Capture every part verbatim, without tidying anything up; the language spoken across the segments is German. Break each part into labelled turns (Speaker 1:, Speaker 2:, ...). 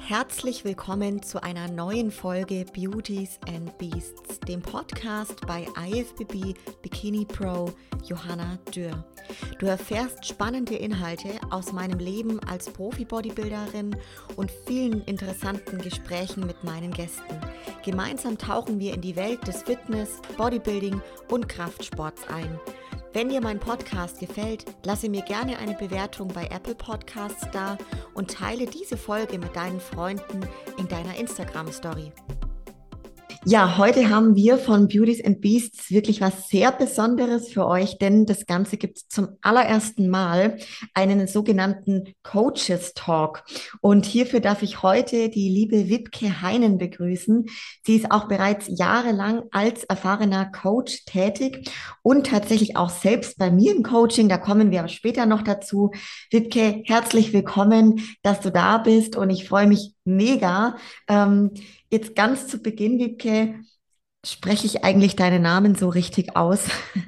Speaker 1: Herzlich willkommen zu einer neuen Folge Beauties and Beasts, dem Podcast bei I F B B Bikini Pro Johanna Dürr. Du erfährst spannende Inhalte aus meinem Leben als Profi-Bodybuilderin und vielen interessanten Gesprächen mit meinen Gästen. Gemeinsam tauchen wir in die Welt des Fitness, Bodybuilding und Kraftsports ein. Wenn dir mein Podcast gefällt, lasse mir gerne eine Bewertung bei Apple Podcasts da und teile diese Folge mit deinen Freunden in deiner Instagram-Story. Ja, heute haben wir von Beauties and Beasts wirklich was sehr Besonderes für euch, denn das Ganze gibt es zum allerersten Mal, einen sogenannten Coaches Talk. Und hierfür darf ich heute die liebe Wiebke Heinen begrüßen. Sie ist auch bereits jahrelang als erfahrener Coach tätig und tatsächlich auch selbst bei mir im Coaching. Da kommen wir aber später noch dazu. Wiebke, herzlich willkommen, dass du da bist und ich freue mich mega. Ähm, Jetzt ganz zu Beginn, Wiebke, spreche ich eigentlich deinen Namen so richtig aus?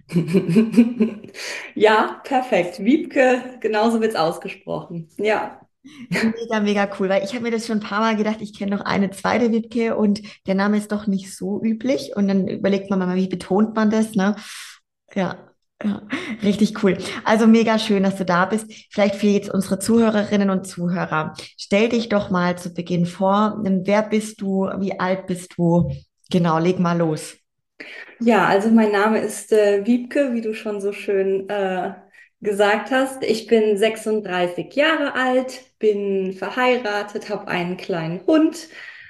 Speaker 2: Ja, perfekt. Wiebke, genauso wird's ausgesprochen. Ja.
Speaker 1: Mega, mega cool, weil ich habe mir das schon ein paar Mal gedacht, ich kenne noch eine zweite Wiebke und der Name ist doch nicht so üblich. Und dann überlegt man mal, wie betont man das, ne? Ja, ja, richtig cool. Also mega schön, dass du da bist. Vielleicht für jetzt unsere Zuhörerinnen und Zuhörer. Stell dich doch mal zu Beginn vor. Wer bist du? Wie alt bist du? Genau, leg mal los.
Speaker 2: Ja, also mein Name ist äh, Wiebke, wie du schon so schön äh, gesagt hast. Ich bin sechsunddreißig Jahre alt, bin verheiratet, habe einen kleinen Hund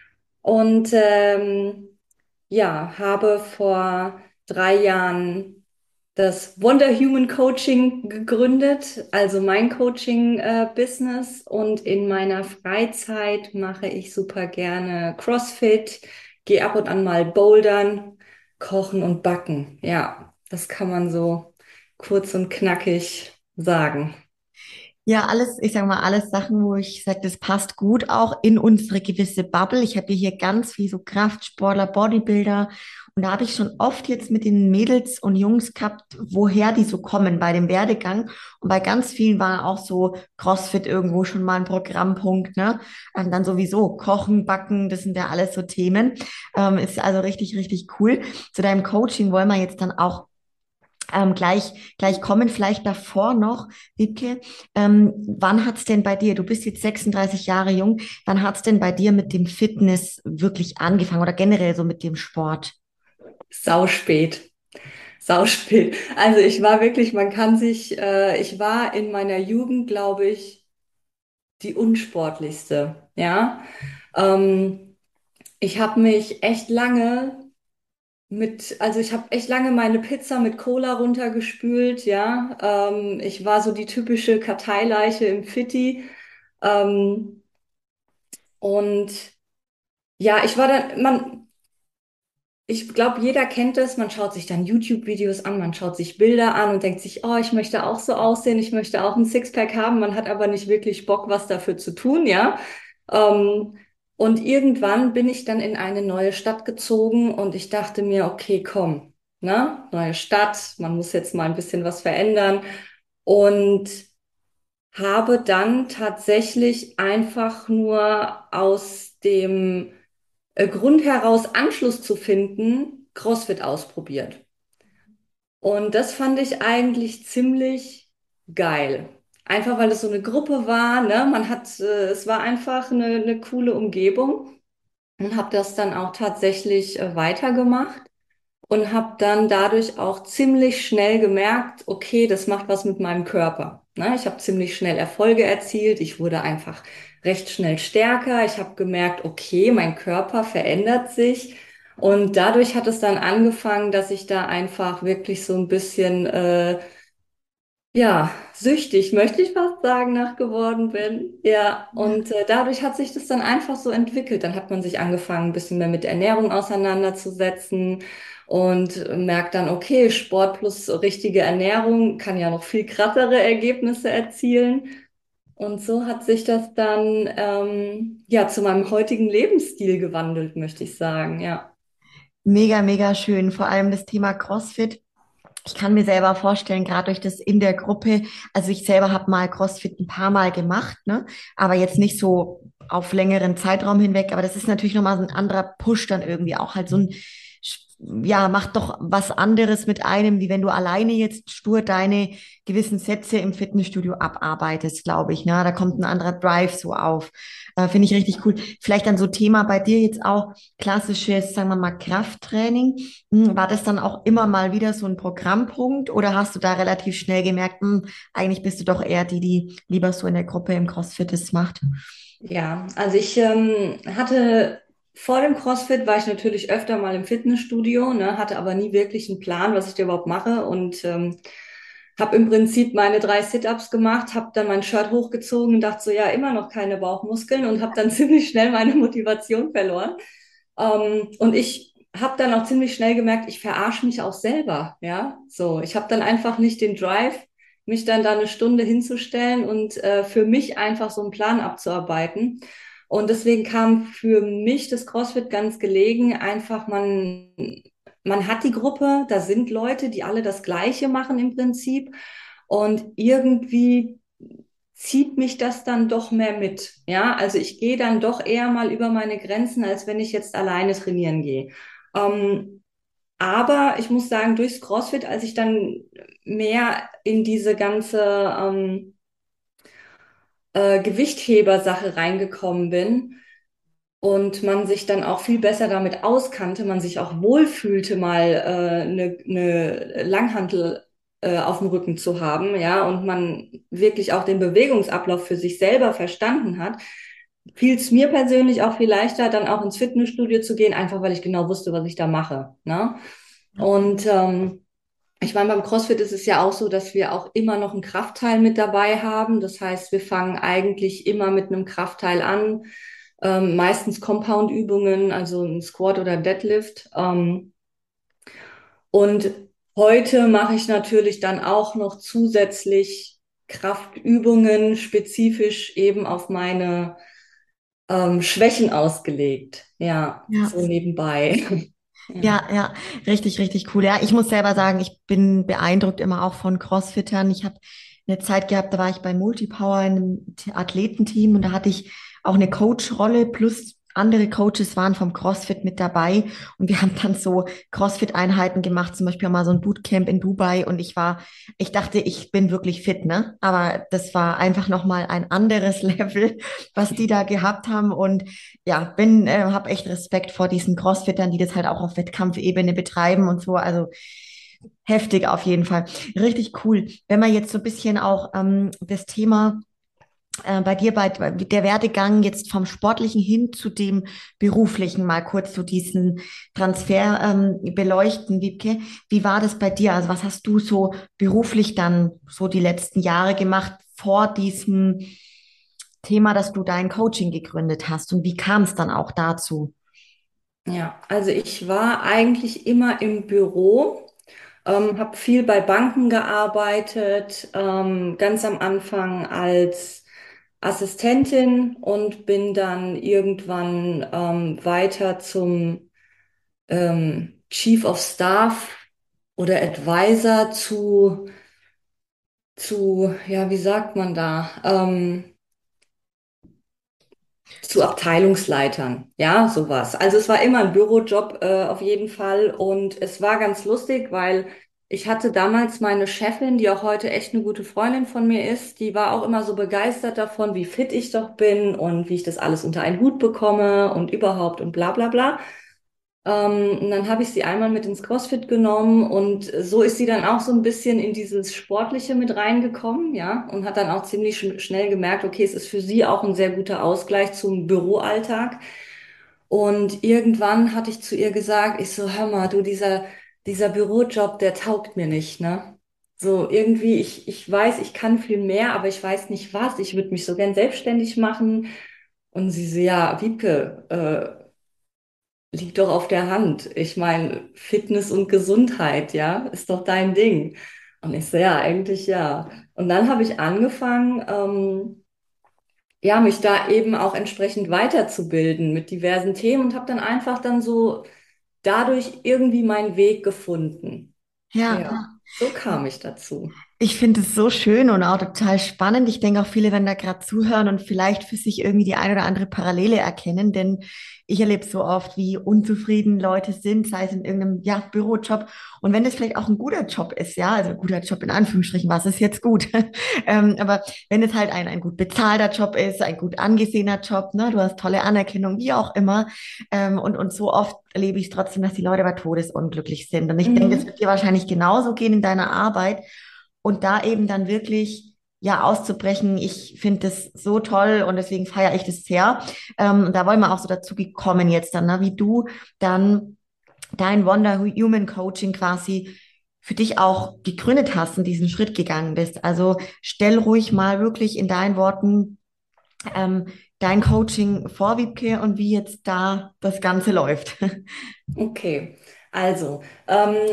Speaker 2: und ähm, ja, habe vor drei Jahren das Wonder Human Coaching gegründet, also mein Coaching-Business. Und in meiner Freizeit mache ich super gerne CrossFit, gehe ab und an mal bouldern, kochen und backen. Ja, das kann man so kurz und knackig sagen.
Speaker 1: Ja, alles, ich sage mal, alles Sachen, wo ich sage, das passt gut auch in unsere gewisse Bubble. Ich habe hier ganz viel so Kraftsportler, Bodybuilder und da habe ich schon oft jetzt mit den Mädels und Jungs gehabt, woher die so kommen bei dem Werdegang. Und bei ganz vielen war auch so CrossFit irgendwo schon mal ein Programmpunkt, ne? Und dann sowieso Kochen, Backen, das sind ja alles so Themen. Ähm, ist also richtig, richtig cool. Zu deinem Coaching wollen wir jetzt dann auch ähm, gleich, gleich kommen. Vielleicht davor noch, Wiebke, ähm, wann hat's denn bei dir, du bist jetzt sechsunddreißig Jahre jung, wann hat's denn bei dir mit dem Fitness wirklich angefangen oder generell so mit dem Sport?
Speaker 2: Sauspät. Sauspät. Also ich war wirklich, man kann sich, äh, ich war in meiner Jugend, glaube ich, die unsportlichste. Ja. Ähm, Ich habe mich echt lange mit, also ich habe echt lange meine Pizza mit Cola runtergespült, ja. Ähm, ich war so die typische Karteileiche im Fitti. Ähm, und ja, ich war dann, man, ich glaube, jeder kennt es, man schaut sich dann YouTube-Videos an, man schaut sich Bilder an und denkt sich, oh, ich möchte auch so aussehen, ich möchte auch ein Sixpack haben, man hat aber nicht wirklich Bock, was dafür zu tun, ja. Ähm, und irgendwann bin ich dann in eine neue Stadt gezogen und ich dachte mir, okay, komm, ne, neue Stadt, man muss jetzt mal ein bisschen was verändern und habe dann tatsächlich einfach nur aus dem äh, Grund heraus Anschluss zu finden, CrossFit ausprobiert. Und das fand ich eigentlich ziemlich geil. Einfach weil es so eine Gruppe war, ne? Man hat, äh, es war einfach eine, eine coole Umgebung und habe das dann auch tatsächlich äh, weitergemacht und habe dann dadurch auch ziemlich schnell gemerkt, okay, das macht was mit meinem Körper. Ne? Ich habe ziemlich schnell Erfolge erzielt. Ich wurde einfach recht schnell stärker. Ich habe gemerkt, okay, mein Körper verändert sich. Und dadurch hat es dann angefangen, dass ich da einfach wirklich so ein bisschen, äh, ja, süchtig, möchte ich fast sagen, nach geworden bin. Ja, und äh, dadurch hat sich das dann einfach so entwickelt. Dann hat man sich angefangen, ein bisschen mehr mit Ernährung auseinanderzusetzen und äh, merkt dann, okay, Sport plus richtige Ernährung kann ja noch viel krassere Ergebnisse erzielen. Und so hat sich das dann ähm, ja zu meinem heutigen Lebensstil gewandelt, möchte ich sagen. Ja.
Speaker 1: Mega, mega schön. Vor allem das Thema CrossFit. Ich kann mir selber vorstellen, gerade durch das in der Gruppe, also ich selber habe mal CrossFit ein paar Mal gemacht, ne, aber jetzt nicht so auf längeren Zeitraum hinweg, aber das ist natürlich nochmal so ein anderer Push dann irgendwie auch halt so ein, ja, macht doch was anderes mit einem, wie wenn du alleine jetzt stur deine gewissen Sätze im Fitnessstudio abarbeitest, glaube ich. Ne? Da kommt ein anderer Drive so auf. Äh, finde ich richtig cool. Vielleicht dann so Thema bei dir jetzt auch klassisches, sagen wir mal, Krafttraining. Hm, war das dann auch immer mal wieder so ein Programmpunkt oder hast du da relativ schnell gemerkt, hm, eigentlich bist du doch eher die, die lieber so in der Gruppe im CrossFit das macht?
Speaker 2: Ja, also ich ähm, hatte vor dem CrossFit war ich natürlich öfter mal im Fitnessstudio, ne, hatte aber nie wirklich einen Plan, was ich da überhaupt mache und ähm, habe im Prinzip meine drei Sit-ups gemacht, habe dann mein Shirt hochgezogen und dachte so, ja, immer noch keine Bauchmuskeln und habe dann ziemlich schnell meine Motivation verloren. Ähm, und ich habe dann auch ziemlich schnell gemerkt, ich verarsche mich auch selber, ja. So, ich habe dann einfach nicht den Drive, mich dann da eine Stunde hinzustellen und äh, für mich einfach so einen Plan abzuarbeiten. Und deswegen kam für mich das CrossFit ganz gelegen, einfach man, man hat die Gruppe, da sind Leute, die alle das Gleiche machen im Prinzip. Und irgendwie zieht mich das dann doch mehr mit. Ja, also ich gehe dann doch eher mal über meine Grenzen, als wenn ich jetzt alleine trainieren gehe. Ähm, aber ich muss sagen, durchs CrossFit, als ich dann mehr in diese ganze ähm, äh, Gewichtheber-Sache reingekommen bin und man sich dann auch viel besser damit auskannte, man sich auch wohlfühlte, mal äh, eine, eine Langhantel äh, auf dem Rücken zu haben, ja, und man wirklich auch den Bewegungsablauf für sich selber verstanden hat, fiel es mir persönlich auch viel leichter, dann auch ins Fitnessstudio zu gehen, einfach weil ich genau wusste, was ich da mache, ne? Und ähm, ich meine, beim CrossFit ist es ja auch so, dass wir auch immer noch einen Kraftteil mit dabei haben. Das heißt, wir fangen eigentlich immer mit einem Kraftteil an, ähm, meistens Compound-Übungen, also ein Squat oder Deadlift. Ähm, und heute mache ich natürlich dann auch noch zusätzlich Kraftübungen, spezifisch eben auf meine ähm, Schwächen ausgelegt. Ja,
Speaker 1: Ja.
Speaker 2: so nebenbei. Ja.
Speaker 1: Ja, ja, richtig, richtig cool. Ja, ich muss selber sagen, ich bin beeindruckt immer auch von Crossfittern. Ich habe eine Zeit gehabt, da war ich bei Multipower in einem T- Athletenteam und da hatte ich auch eine Coach-Rolle plus andere Coaches waren vom CrossFit mit dabei und wir haben dann so CrossFit-Einheiten gemacht, zum Beispiel auch mal so ein Bootcamp in Dubai und ich war, ich dachte, ich bin wirklich fit, ne? Aber das war einfach nochmal ein anderes Level, was die da gehabt haben und ja, bin, äh, habe echt Respekt vor diesen Crossfittern, die das halt auch auf Wettkampfebene betreiben und so. Also heftig auf jeden Fall. Richtig cool. Wenn man jetzt so ein bisschen auch ähm, das Thema äh, bei dir, bei der Werdegang jetzt vom Sportlichen hin zu dem Beruflichen mal kurz so diesen Transfer ähm, beleuchten, Wiebke. Wie war das bei dir? Also was hast du so beruflich dann so die letzten Jahre gemacht vor diesem Thema, dass du dein Coaching gegründet hast? Und wie kam es dann auch dazu?
Speaker 2: Ja, also ich war eigentlich immer im Büro, ähm, habe viel bei Banken gearbeitet, ähm, ganz am Anfang als Assistentin und bin dann irgendwann ähm, weiter zum ähm, Chief of Staff oder Advisor zu, zu, ja, wie sagt man da? Ähm, zu Abteilungsleitern, ja, sowas. Also es war immer ein Bürojob äh, auf jeden Fall und es war ganz lustig, weil ich hatte damals meine Chefin, die auch heute echt eine gute Freundin von mir ist, die war auch immer so begeistert davon, wie fit ich doch bin und wie ich das alles unter einen Hut bekomme und überhaupt und bla bla bla. Ähm, und dann habe ich sie einmal mit ins CrossFit genommen und so ist sie dann auch so ein bisschen in dieses Sportliche mit reingekommen, ja, und hat dann auch ziemlich sch schnell gemerkt, okay, es ist für sie auch ein sehr guter Ausgleich zum Büroalltag. Und irgendwann hatte ich zu ihr gesagt, ich so, hör mal, du, dieser, dieser Bürojob, der taugt mir nicht, ne? So irgendwie, ich, ich weiß, ich kann viel mehr, aber ich weiß nicht was. Ich würde mich so gern selbstständig machen. Und sie so, ja, Wiebke, äh, liegt doch auf der Hand. Ich meine, Fitness und Gesundheit, ja, ist doch dein Ding. Und ich so, ja, eigentlich ja. Und dann habe ich angefangen, ähm, ja, mich da eben auch entsprechend weiterzubilden mit diversen Themen und habe dann einfach dann so dadurch irgendwie meinen Weg gefunden.
Speaker 1: Ja,
Speaker 2: Ja, so kam ich dazu.
Speaker 1: Ich finde es so schön und auch total spannend. Ich denke auch viele werden da gerade zuhören und vielleicht für sich irgendwie die ein oder andere Parallele erkennen, denn ich erlebe so oft, wie unzufrieden Leute sind, sei es in irgendeinem, ja, Bürojob. Und wenn das vielleicht auch ein guter Job ist, ja, also ein guter Job in Anführungsstrichen, was ist jetzt gut? ähm, aber wenn es halt ein, ein gut bezahlter Job ist, ein gut angesehener Job, ne, du hast tolle Anerkennung, wie auch immer. Ähm, und, und so oft erlebe ich es trotzdem, dass die Leute aber todesunglücklich sind. Und ich denke, es
Speaker 2: Mhm.
Speaker 1: wird dir wahrscheinlich genauso gehen in deiner Arbeit. Und da eben dann wirklich ja auszubrechen, ich finde das so toll und deswegen feiere ich das sehr. Ähm, und da wollen wir auch so dazu gekommen jetzt dann, ne, wie du dann dein Wonder Human Coaching quasi für dich auch gegründet hast und diesen Schritt gegangen bist. Also stell ruhig mal wirklich in deinen Worten ähm, dein Coaching vor, Wiebke, und wie jetzt da das Ganze läuft.
Speaker 2: Okay, also ähm,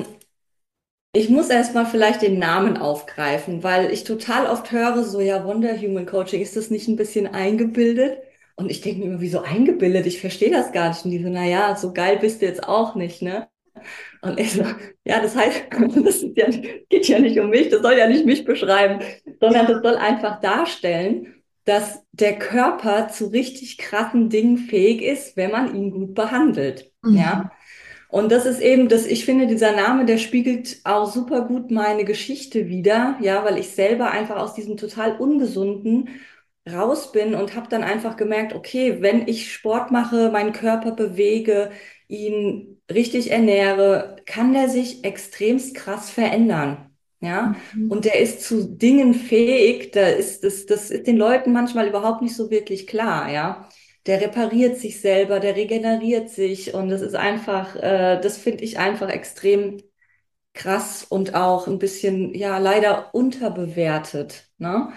Speaker 2: ich muss erstmal vielleicht den Namen aufgreifen, weil ich total oft höre, so ja, Wonder Human Coaching, ist das nicht ein bisschen eingebildet? Und ich denke mir immer, wieso eingebildet? Ich verstehe das gar nicht. Und die so, naja, so geil bist du jetzt auch nicht, ne? Und ich so, ja, das heißt, das ist ja, geht ja nicht um mich, das soll ja nicht mich beschreiben, sondern das
Speaker 1: Ja.
Speaker 2: soll einfach darstellen, dass der Körper zu richtig krassen Dingen fähig ist, wenn man ihn gut behandelt.
Speaker 1: Mhm.
Speaker 2: Ja. Und das ist eben, dass ich finde, dieser Name, der spiegelt auch super gut meine Geschichte wider, ja, weil ich selber einfach aus diesem total ungesunden raus bin und habe dann einfach gemerkt, okay, wenn ich Sport mache, meinen Körper bewege, ihn richtig ernähre, kann der sich extremst krass verändern, ja.
Speaker 1: Mhm.
Speaker 2: Und der ist zu Dingen fähig, da ist das, das ist den Leuten manchmal überhaupt nicht so wirklich klar, ja. Der repariert sich selber, der regeneriert sich und das ist einfach, äh, das finde ich einfach extrem krass und auch ein bisschen, ja, leider unterbewertet, ne?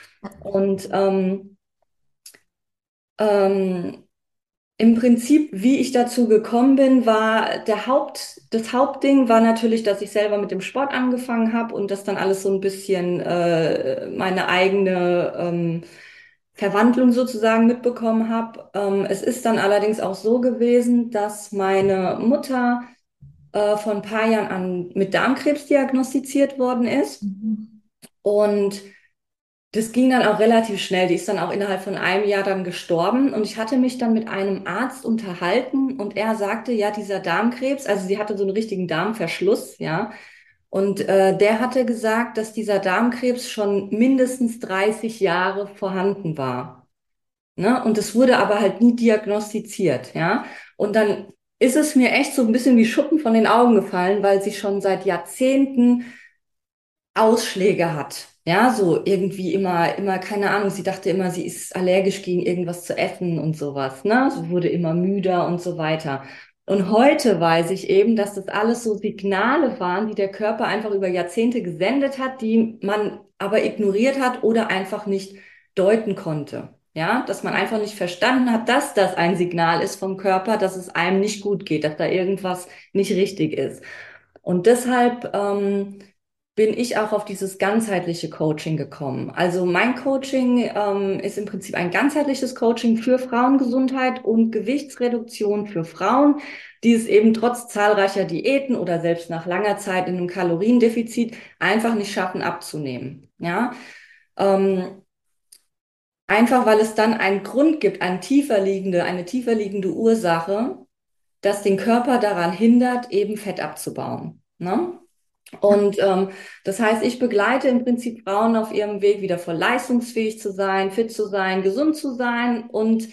Speaker 2: Und ähm, ähm, im Prinzip, wie ich dazu gekommen bin, war der Haupt, das Hauptding war natürlich, dass ich selber mit dem Sport angefangen habe und das dann alles so ein bisschen äh, meine eigene ähm, Verwandlung sozusagen mitbekommen habe. Ähm, es ist dann allerdings auch so gewesen, dass meine Mutter äh, vor ein paar Jahren an, mit Darmkrebs diagnostiziert worden ist.
Speaker 1: Mhm.
Speaker 2: Und das ging dann auch relativ schnell. Die ist dann auch innerhalb von einem Jahr dann gestorben. Und ich hatte mich dann mit einem Arzt unterhalten und er sagte, ja, dieser Darmkrebs, also sie hatte so einen richtigen Darmverschluss, ja. Und äh, der hatte gesagt, dass dieser Darmkrebs schon mindestens dreißig Jahre vorhanden war. Ne? Und es wurde aber halt nie diagnostiziert, ja. Und dann ist es mir echt so ein bisschen wie Schuppen von den Augen gefallen, weil sie schon seit Jahrzehnten Ausschläge hat. Ja, so irgendwie immer, immer, keine Ahnung, sie dachte immer, sie ist allergisch gegen irgendwas zu essen und sowas, ne? Sie wurde immer müder und so weiter. Und heute weiß ich eben, dass das alles so Signale waren, die der Körper einfach über Jahrzehnte gesendet hat, die man aber ignoriert hat oder einfach nicht deuten konnte. Ja, dass man einfach nicht verstanden hat, dass das ein Signal ist vom Körper, dass es einem nicht gut geht, dass da irgendwas nicht richtig ist. Und deshalb ähm, bin ich auch auf dieses ganzheitliche Coaching gekommen. Also mein Coaching ähm, ist im Prinzip ein ganzheitliches Coaching für Frauengesundheit und Gewichtsreduktion für Frauen, die es eben trotz zahlreicher Diäten oder selbst nach langer Zeit in einem Kaloriendefizit einfach nicht schaffen abzunehmen. Ja, ähm, einfach weil es dann einen Grund gibt, eine tiefer liegende, eine tiefer liegende Ursache, das den Körper daran hindert, eben Fett abzubauen. Ne? Und ähm, das heißt, ich begleite im Prinzip Frauen auf ihrem Weg, wieder voll leistungsfähig zu sein, fit zu sein, gesund zu sein und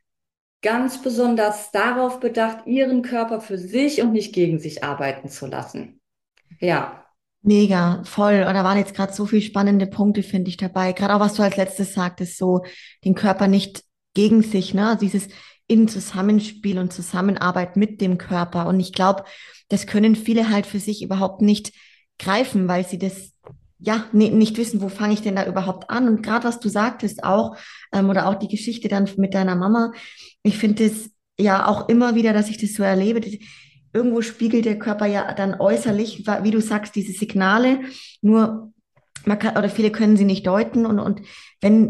Speaker 2: ganz besonders darauf bedacht, ihren Körper für sich und nicht gegen sich arbeiten zu lassen. Ja.
Speaker 1: Mega, voll. Und da waren jetzt gerade so viele spannende Punkte, finde ich, dabei. Gerade auch, was du als letztes sagtest, so den Körper nicht gegen sich, ne? Also dieses in Zusammenspiel und Zusammenarbeit mit dem Körper. Und ich glaube, das können viele halt für sich überhaupt nicht greifen, weil sie das ja ni- nicht wissen, wo fange ich denn da überhaupt an? Und gerade was du sagtest auch, ähm, oder auch die Geschichte dann mit deiner Mama, ich finde das ja auch immer wieder, dass ich das so erlebe. Das, irgendwo spiegelt der Körper ja dann äußerlich, wie du sagst, diese Signale, nur man kann, oder viele können sie nicht deuten und, und wenn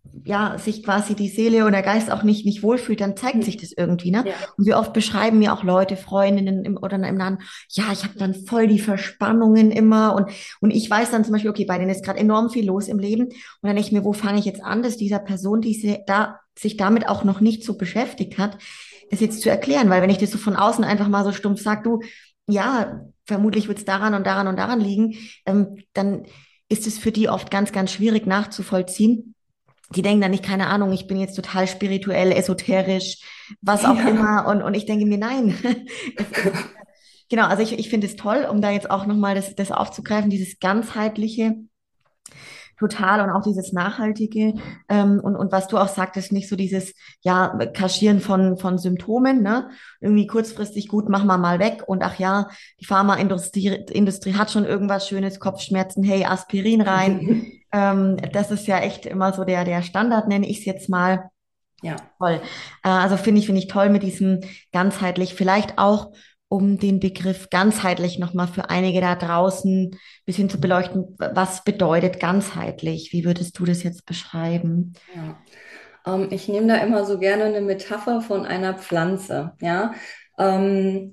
Speaker 1: ja, sich quasi die Seele oder der Geist auch nicht, nicht wohlfühlt, dann zeigt sich
Speaker 2: Mhm.
Speaker 1: das irgendwie, ne?
Speaker 2: Ja.
Speaker 1: Und wie oft beschreiben mir auch Leute, Freundinnen im, oder im Nahen, ja, ich habe dann voll die Verspannungen immer und, und ich weiß dann zum Beispiel, okay, bei denen ist gerade enorm viel los im Leben und dann denke ich mir, wo fange ich jetzt an, dass dieser Person, die sie da, sich damit auch noch nicht so beschäftigt hat, das jetzt zu erklären, weil wenn ich das so von außen einfach mal so stumpf sage, du, ja, vermutlich wird es daran und daran und daran liegen, ähm, dann ist es für die oft ganz, ganz schwierig nachzuvollziehen. Die denken dann nicht, keine Ahnung, ich bin jetzt total spirituell, esoterisch, was auch
Speaker 2: Ja.
Speaker 1: immer. Und, und ich denke mir, nein, es ist, genau, also ich, ich finde es toll, um da jetzt auch nochmal das, das aufzugreifen, dieses ganzheitliche, total und auch dieses Nachhaltige. Ähm, und, und was du auch sagtest, nicht so dieses, ja, Kaschieren von, von Symptomen, ne? Irgendwie kurzfristig gut, machen wir mal weg. Und ach ja, die Pharmaindustrie Industrie hat schon irgendwas Schönes, Kopfschmerzen, hey, Aspirin rein. Ähm, das ist ja echt immer so der, der Standard, nenne ich es jetzt mal.
Speaker 2: Ja.
Speaker 1: Toll. Äh, also finde ich, finde ich toll mit diesem ganzheitlich. Vielleicht auch, um den Begriff ganzheitlich nochmal für einige da draußen ein bisschen zu beleuchten. Was bedeutet ganzheitlich? Wie würdest du das jetzt beschreiben?
Speaker 2: Ja. Ähm, ich nehme da immer so gerne eine Metapher von einer Pflanze. Ja. Ähm,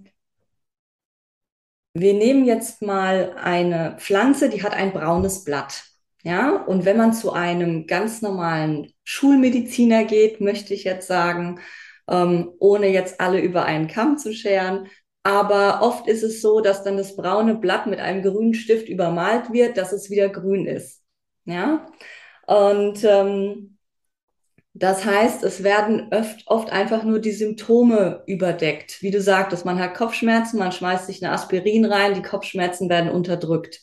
Speaker 2: Wir nehmen jetzt mal eine Pflanze, die hat ein braunes Blatt. Ja, und wenn man zu einem ganz normalen Schulmediziner geht, möchte ich jetzt sagen, ähm, ohne jetzt alle über einen Kamm zu scheren, aber oft ist es so, dass dann das braune Blatt mit einem grünen Stift übermalt wird, dass es wieder grün ist. Ja, und ähm, das heißt, es werden oft, oft einfach nur die Symptome überdeckt. Wie du sagtest, man hat Kopfschmerzen, man schmeißt sich eine Aspirin rein, die Kopfschmerzen werden unterdrückt.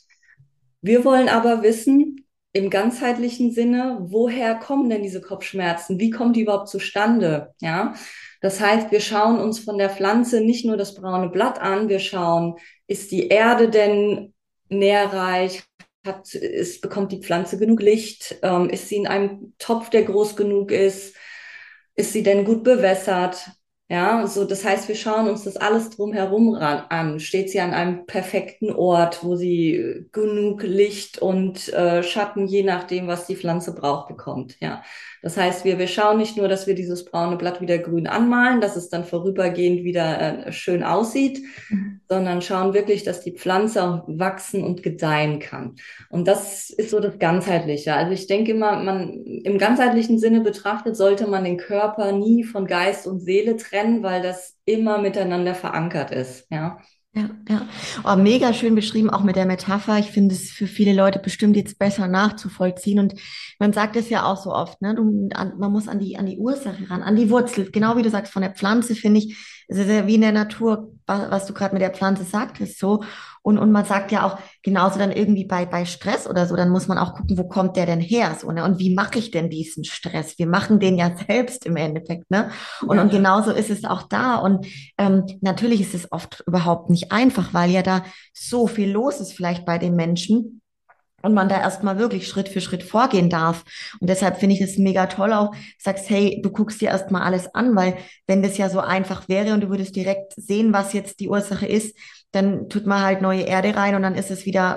Speaker 2: Wir wollen aber wissen, im ganzheitlichen Sinne, woher kommen denn diese Kopfschmerzen? Wie kommen die überhaupt zustande? Ja, das heißt, wir schauen uns von der Pflanze nicht nur das braune Blatt an, wir schauen, ist die Erde denn nährreich? Hat, ist, bekommt die Pflanze genug Licht? Ähm, ist sie in einem Topf, der groß genug ist? Ist sie denn gut bewässert? Ja, so, das heißt, wir schauen uns das alles drumherum ran, an. Steht sie an einem perfekten Ort, wo sie äh, genug Licht und äh, Schatten, je nachdem, was die Pflanze braucht, bekommt? Ja, das heißt, wir, wir schauen nicht nur, dass wir dieses braune Blatt wieder grün anmalen, dass es dann vorübergehend wieder äh, schön aussieht,
Speaker 1: Mhm.
Speaker 2: sondern schauen wirklich, dass die Pflanze auch wachsen und gedeihen kann. Und das ist so das Ganzheitliche. Also ich denke immer, man im ganzheitlichen Sinne betrachtet, sollte man den Körper nie von Geist und Seele trennen, weil das immer miteinander verankert ist. Ja.
Speaker 1: Ja, ja. Oh, mega schön beschrieben, auch mit der Metapher. Ich finde es für viele Leute bestimmt jetzt besser nachzuvollziehen. Und man sagt es ja auch so oft, ne? Du, an, man muss an die, an die Ursache ran, an die Wurzel. Genau wie du sagst, von der Pflanze finde ich, es ist ja wie in der Natur, was, was du gerade mit der Pflanze sagtest, so. Und, und man sagt ja auch, genauso dann irgendwie bei, bei Stress oder so, dann muss man auch gucken, wo kommt der denn her, so, ne? Und wie mache ich denn diesen Stress? Wir machen den ja selbst im Endeffekt, ne? Und, und
Speaker 2: Ja.
Speaker 1: genauso ist es auch da. Und ähm, natürlich ist es oft überhaupt nicht einfach, weil ja da so viel los ist vielleicht bei den Menschen und man da erstmal wirklich Schritt für Schritt vorgehen darf. Und deshalb finde ich es mega toll auch, sagst, hey, du guckst dir erstmal alles an, weil wenn das ja so einfach wäre und du würdest direkt sehen, was jetzt die Ursache ist, dann tut man halt neue Erde rein und dann ist es wieder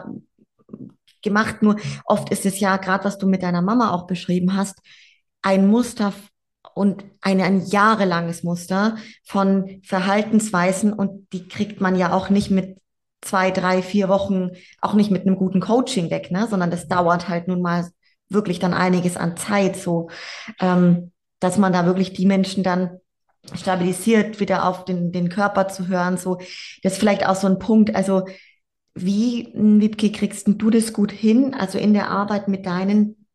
Speaker 1: gemacht. Nur oft ist es ja, gerade was du mit deiner Mama auch beschrieben hast, ein Muster und ein, ein jahrelanges Muster von Verhaltensweisen und die kriegt man ja auch nicht mit zwei, drei, vier Wochen, auch nicht mit einem guten Coaching weg, ne? Sondern das dauert halt nun mal wirklich dann einiges an Zeit, so ähm, dass man da wirklich die Menschen dann stabilisiert, wieder auf den, den Körper zu hören, so das ist vielleicht auch so ein Punkt, also wie, Wiebke, kriegst denn du das gut hin, also in der Arbeit mit deinen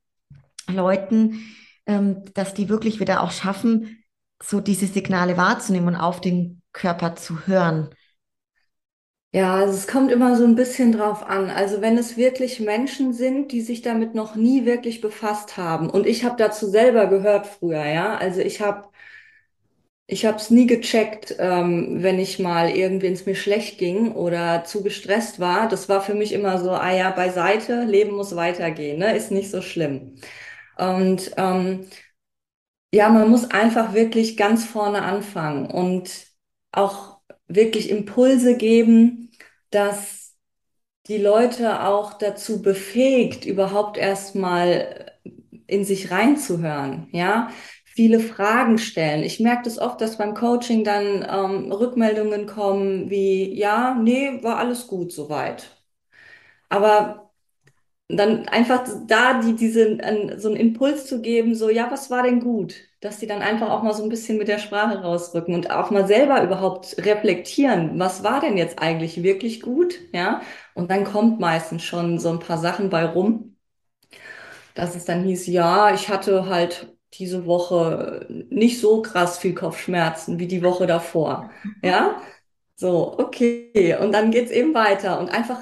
Speaker 1: Leuten, ähm, dass die wirklich wieder auch schaffen, so diese Signale wahrzunehmen und auf den Körper zu hören?
Speaker 2: Ja, also es kommt immer so ein bisschen drauf an. Also wenn es wirklich Menschen sind, die sich damit noch nie wirklich befasst haben. Und ich habe dazu selber gehört früher, ja. Also ich habe ich habe es nie gecheckt, ähm, wenn ich mal irgendwie es mir schlecht ging oder zu gestresst war. Das war für mich immer so, ah ja, beiseite, Leben muss weitergehen, ne? Ist nicht so schlimm. Und ähm, ja, man muss einfach wirklich ganz vorne anfangen und auch wirklich Impulse geben, dass die Leute auch dazu befähigt, überhaupt erstmal in sich reinzuhören, ja, viele Fragen stellen. Ich merke das oft, dass beim Coaching dann ähm, Rückmeldungen kommen wie, ja, nee, war alles gut soweit. Aber dann einfach da die, diese, an- so einen Impuls zu geben, so, ja, was war denn gut? Dass die dann einfach auch mal so ein bisschen mit der Sprache rausrücken und auch mal selber überhaupt reflektieren, was war denn jetzt eigentlich wirklich gut? Ja, und dann kommt meistens schon so ein paar Sachen bei rum, dass es dann hieß, ja, ich hatte halt diese Woche nicht so krass viel Kopfschmerzen wie die Woche davor. Ja, so, okay. Und dann geht's eben weiter und einfach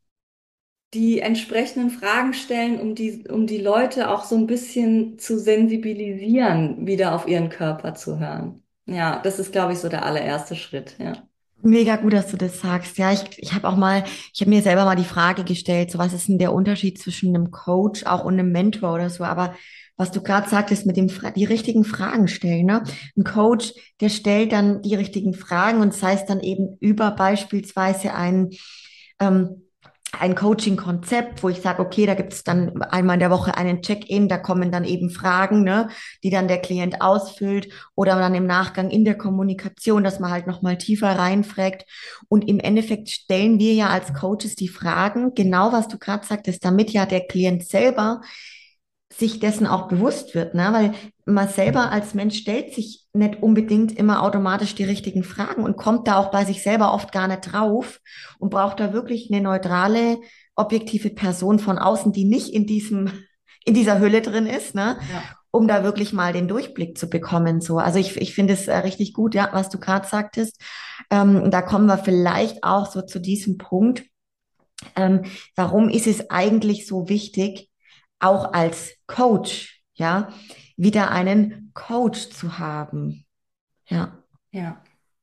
Speaker 2: die entsprechenden Fragen stellen, um die, um die Leute auch so ein bisschen zu sensibilisieren, wieder auf ihren Körper zu hören. Ja, das ist, glaube ich, so der allererste Schritt, ja.
Speaker 1: Mega gut, dass du das sagst. Ja, ich, ich habe auch mal, ich habe mir selber mal die Frage gestellt, so was ist denn der Unterschied zwischen einem Coach auch und einem Mentor oder so? Aber was du gerade sagtest mit dem Fra- die richtigen Fragen stellen, ne? Ein Coach, der stellt dann die richtigen Fragen und sei es dann eben über beispielsweise ein ähm, ein Coaching-Konzept, wo ich sage, okay, da gibt es dann einmal in der Woche einen Check-in, da kommen dann eben Fragen, ne, die dann der Klient ausfüllt oder dann im Nachgang in der Kommunikation, dass man halt nochmal tiefer reinfragt. Und im Endeffekt stellen wir ja als Coaches die Fragen, genau was du gerade sagtest, damit ja der Klient selber sich dessen auch bewusst wird, ne? Weil man selber als Mensch stellt sich nicht unbedingt immer automatisch die richtigen Fragen und kommt da auch bei sich selber oft gar nicht drauf und braucht da wirklich eine neutrale, objektive Person von außen, die nicht in diesem, in dieser Hülle drin ist, ne?
Speaker 2: Ja.
Speaker 1: Um da wirklich mal den Durchblick zu bekommen, so. Also ich, ich finde es äh, richtig gut, ja, was du gerade sagtest. Ähm, und da kommen wir vielleicht auch so zu diesem Punkt. Ähm, warum ist es eigentlich so wichtig, auch als Coach, ja, wieder einen Coach zu haben? Ja,
Speaker 2: Ja.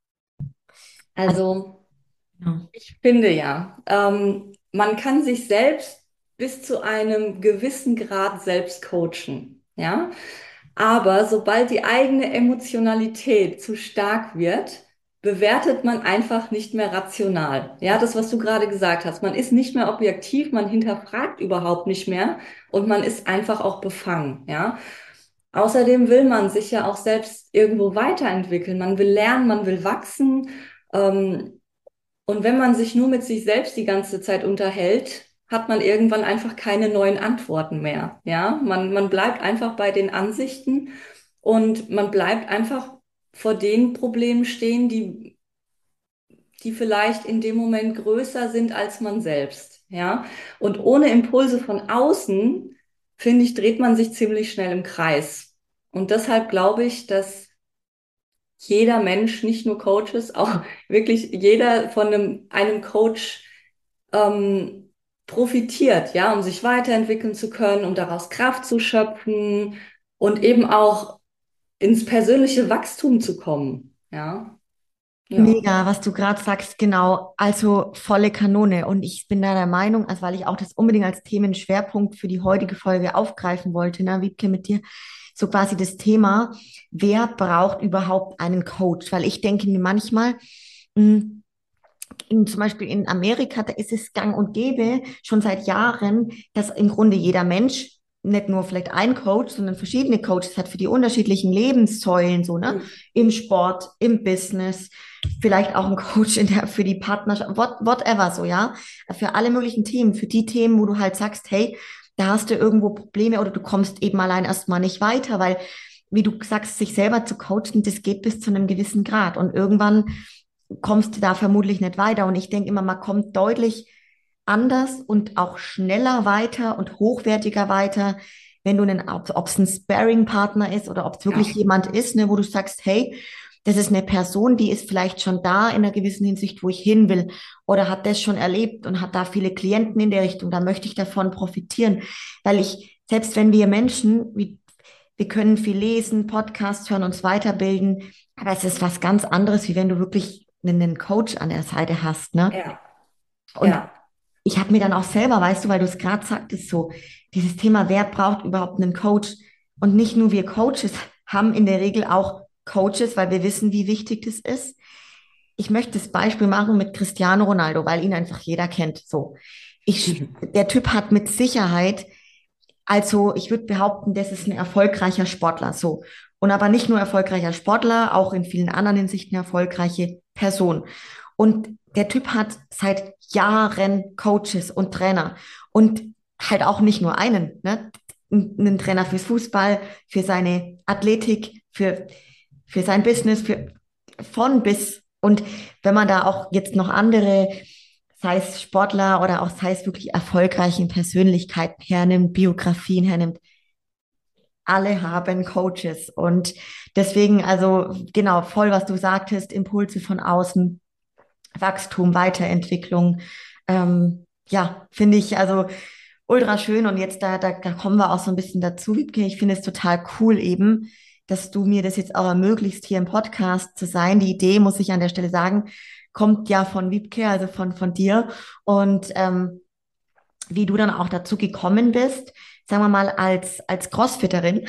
Speaker 1: also,
Speaker 2: Also,
Speaker 1: ja.
Speaker 2: ich finde ja, ähm, man kann sich selbst bis zu einem gewissen Grad selbst coachen, ja. Aber sobald die eigene Emotionalität zu stark wird, bewertet man einfach nicht mehr rational. Ja, das, was du gerade gesagt hast. Man ist nicht mehr objektiv, man hinterfragt überhaupt nicht mehr und man ist einfach auch befangen. Ja. Außerdem will man sich ja auch selbst irgendwo weiterentwickeln. Man will lernen, man will wachsen. Ähm, und wenn man sich nur mit sich selbst die ganze Zeit unterhält, hat man irgendwann einfach keine neuen Antworten mehr. Ja, man, man bleibt einfach bei den Ansichten und man bleibt einfach vor den Problemen stehen, die, die vielleicht in dem Moment größer sind als man selbst. Ja, und ohne Impulse von außen, finde ich, dreht man sich ziemlich schnell im Kreis. Und deshalb glaube ich, dass jeder Mensch, nicht nur Coaches, auch wirklich jeder von einem, einem Coach ähm, profitiert, ja, um sich weiterentwickeln zu können, um daraus Kraft zu schöpfen und eben auch ins persönliche Wachstum zu kommen. Ja, ja,
Speaker 1: Mega, was du gerade sagst, genau. Also volle Kanone. Und ich bin da der Meinung, also weil ich auch das unbedingt als Themenschwerpunkt für die heutige Folge aufgreifen wollte, ne, Wiebke, mit dir, so quasi das Thema, wer braucht überhaupt einen Coach? Weil ich denke mir manchmal, mh, in, zum Beispiel in Amerika, da ist es gang und gäbe schon seit Jahren, dass im Grunde jeder Mensch nicht nur vielleicht ein Coach, sondern verschiedene Coaches hat für die unterschiedlichen Lebenssäulen, so, ne?
Speaker 2: hm,
Speaker 1: Im Sport, im Business, vielleicht auch ein Coach in der, für die Partnerschaft, what, whatever, so, ja? Für alle möglichen Themen, für die Themen, wo du halt sagst, hey, da hast du irgendwo Probleme oder du kommst eben allein erstmal nicht weiter, weil, wie du sagst, sich selber zu coachen, das geht bis zu einem gewissen Grad und irgendwann kommst du da vermutlich nicht weiter. Und ich denke immer, man kommt deutlich anders und auch schneller weiter und hochwertiger weiter, wenn du einen, ob es ein Sparring-Partner ist oder ob es wirklich
Speaker 2: ja,
Speaker 1: jemand ist, ne, wo du sagst, hey, das ist eine Person, die ist vielleicht schon da in einer gewissen Hinsicht, wo ich hin will oder hat das schon erlebt und hat da viele Klienten in der Richtung, da möchte ich davon profitieren, weil ich, selbst wenn wir Menschen, wie, wir können viel lesen, Podcasts hören, uns weiterbilden, aber es ist was ganz anderes, wie wenn du wirklich einen Coach an der Seite hast, ne?
Speaker 2: ja,
Speaker 1: Und
Speaker 2: ja,
Speaker 1: ich habe mir dann auch selber, weißt du, weil du es gerade sagtest, so dieses Thema, wer braucht überhaupt einen Coach? Und nicht nur wir Coaches haben in der Regel auch Coaches, weil wir wissen, wie wichtig das ist. Ich möchte das Beispiel machen mit Cristiano Ronaldo, weil ihn einfach jeder kennt. So, ich, der Typ hat mit Sicherheit Also ich würde behaupten, das ist ein erfolgreicher Sportler, so. Und aber nicht nur erfolgreicher Sportler, auch in vielen anderen Hinsichten erfolgreiche Person. Und der Typ hat seit Jahren Coaches und Trainer und halt auch nicht nur einen, ne? Einen Trainer fürs Fußball, für seine Athletik, für, für sein Business, für von bis. Und wenn man da auch jetzt noch andere, sei es Sportler oder auch sei es wirklich erfolgreichen Persönlichkeiten hernimmt, Biografien hernimmt, alle haben Coaches. Und deswegen, also genau, voll, was du sagtest, Impulse von außen, Wachstum, Weiterentwicklung. Ähm, ja, finde ich also ultra schön. Und jetzt da, da, da kommen wir auch so ein bisschen dazu, Wiebke. Ich finde es total cool eben, dass du mir das jetzt auch ermöglicht, hier im Podcast zu sein. Die Idee, muss ich an der Stelle sagen, kommt ja von Wiebke, also von, von dir. Und ähm, wie du dann auch dazu gekommen bist, sagen wir mal, als, als Crossfitterin,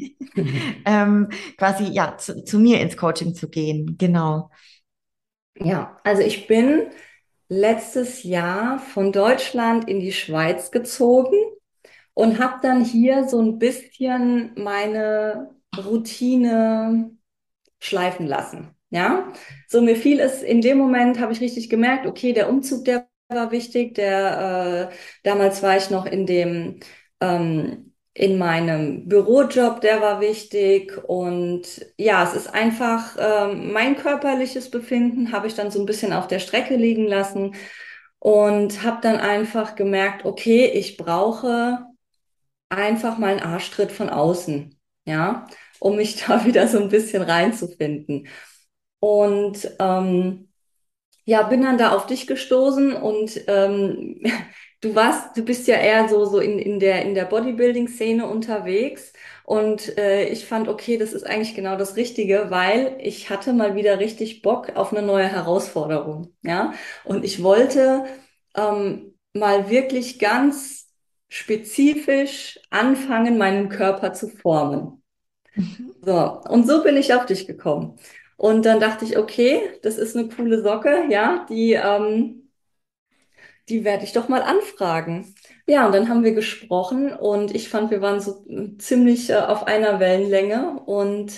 Speaker 1: ähm, quasi ja, zu, zu mir ins Coaching zu gehen. Genau.
Speaker 2: Ja, also ich bin letztes Jahr von Deutschland in die Schweiz gezogen und habe dann hier so ein bisschen meine Routine schleifen lassen. Ja, so mir fiel es in dem Moment, habe ich richtig gemerkt, okay, der Umzug, der war wichtig. Der äh, damals war ich noch in dem ähm, in meinem Bürojob, der war wichtig. Und ja, es ist einfach ähm, mein körperliches Befinden habe ich dann so ein bisschen auf der Strecke liegen lassen und habe dann einfach gemerkt, okay, ich brauche einfach mal einen Arschtritt von außen, ja, um mich da wieder so ein bisschen reinzufinden. Und ähm, ja, bin dann da auf dich gestoßen und ähm, du warst, du bist ja eher so, so in, in der, in der Bodybuilding-Szene unterwegs. Und äh, ich fand, okay, das ist eigentlich genau das Richtige, weil ich hatte mal wieder richtig Bock auf eine neue Herausforderung. Ja, und ich wollte ähm, mal wirklich ganz spezifisch anfangen, meinen Körper zu formen.
Speaker 1: Mhm.
Speaker 2: So, und so bin ich auf dich gekommen. Und dann dachte ich, okay, das ist eine coole Socke, ja, die, ähm, die werde ich doch mal anfragen. Ja, und dann haben wir gesprochen und ich fand, wir waren so äh, ziemlich äh, auf einer Wellenlänge und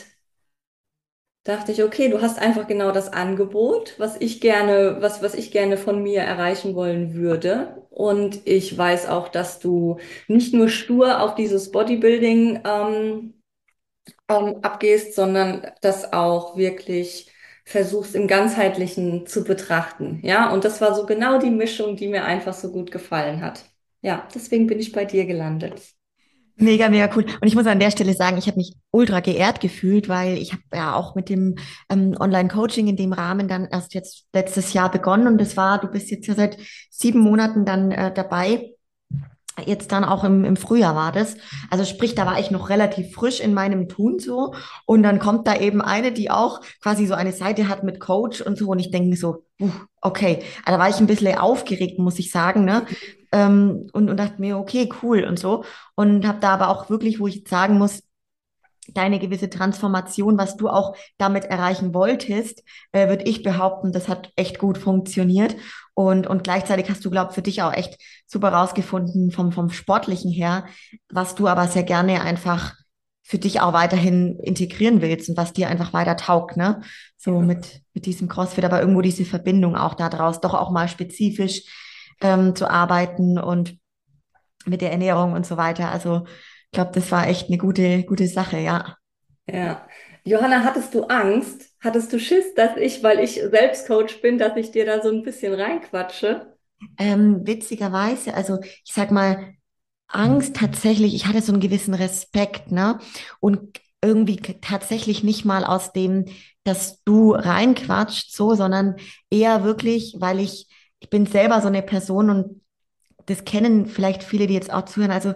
Speaker 2: dachte ich, okay, du hast einfach genau das Angebot, was ich gerne, was, was ich gerne von mir erreichen wollen würde. Und ich weiß auch, dass du nicht nur stur auf dieses Bodybuilding, ähm, ähm, abgehst, sondern das auch wirklich versuchst im Ganzheitlichen zu betrachten. Ja, und das war so genau die Mischung, die mir einfach so gut gefallen hat. Ja, deswegen bin ich bei dir gelandet.
Speaker 1: Mega, mega cool. Und ich muss an der Stelle sagen, ich habe mich ultra geehrt gefühlt, weil ich habe ja auch mit dem ähm, Online-Coaching in dem Rahmen dann erst jetzt letztes Jahr begonnen und das war, du bist jetzt ja seit sieben Monaten dann äh, dabei. Jetzt dann auch im, im Frühjahr war das. Also sprich, da war ich noch relativ frisch in meinem Tun so. Und dann kommt da eben eine, die auch quasi so eine Seite hat mit Coach und so. Und ich denke mir so, uh, okay. Also da war ich ein bisschen aufgeregt, muss ich sagen, ne? Ähm, und, und dachte mir, okay, cool und so. Und habe da aber auch wirklich, wo ich jetzt sagen muss, deine gewisse Transformation, was du auch damit erreichen wolltest, äh, würde ich behaupten, das hat echt gut funktioniert. Und, und gleichzeitig hast du, glaube ich, für dich auch echt super rausgefunden vom, vom Sportlichen her, was du aber sehr gerne einfach für dich auch weiterhin integrieren willst und was dir einfach weiter taugt, ne? So
Speaker 2: Ja.
Speaker 1: mit, mit diesem CrossFit, aber irgendwo diese Verbindung auch da draus, doch auch mal spezifisch ähm, zu arbeiten und mit der Ernährung und so weiter. Also ich glaube, das war echt eine gute, gute Sache, ja.
Speaker 2: Ja. Johanna, hattest du Angst? Hattest du Schiss, dass ich, weil ich selbst Coach bin, dass ich dir da so ein bisschen reinquatsche?
Speaker 1: Ähm, witzigerweise, also ich sag mal, Angst tatsächlich, ich hatte so einen gewissen Respekt, ne? Und irgendwie k- tatsächlich nicht mal aus dem, dass du reinquatscht, so, sondern eher wirklich, weil ich, ich bin selber so eine Person und das kennen vielleicht viele, die jetzt auch zuhören. Also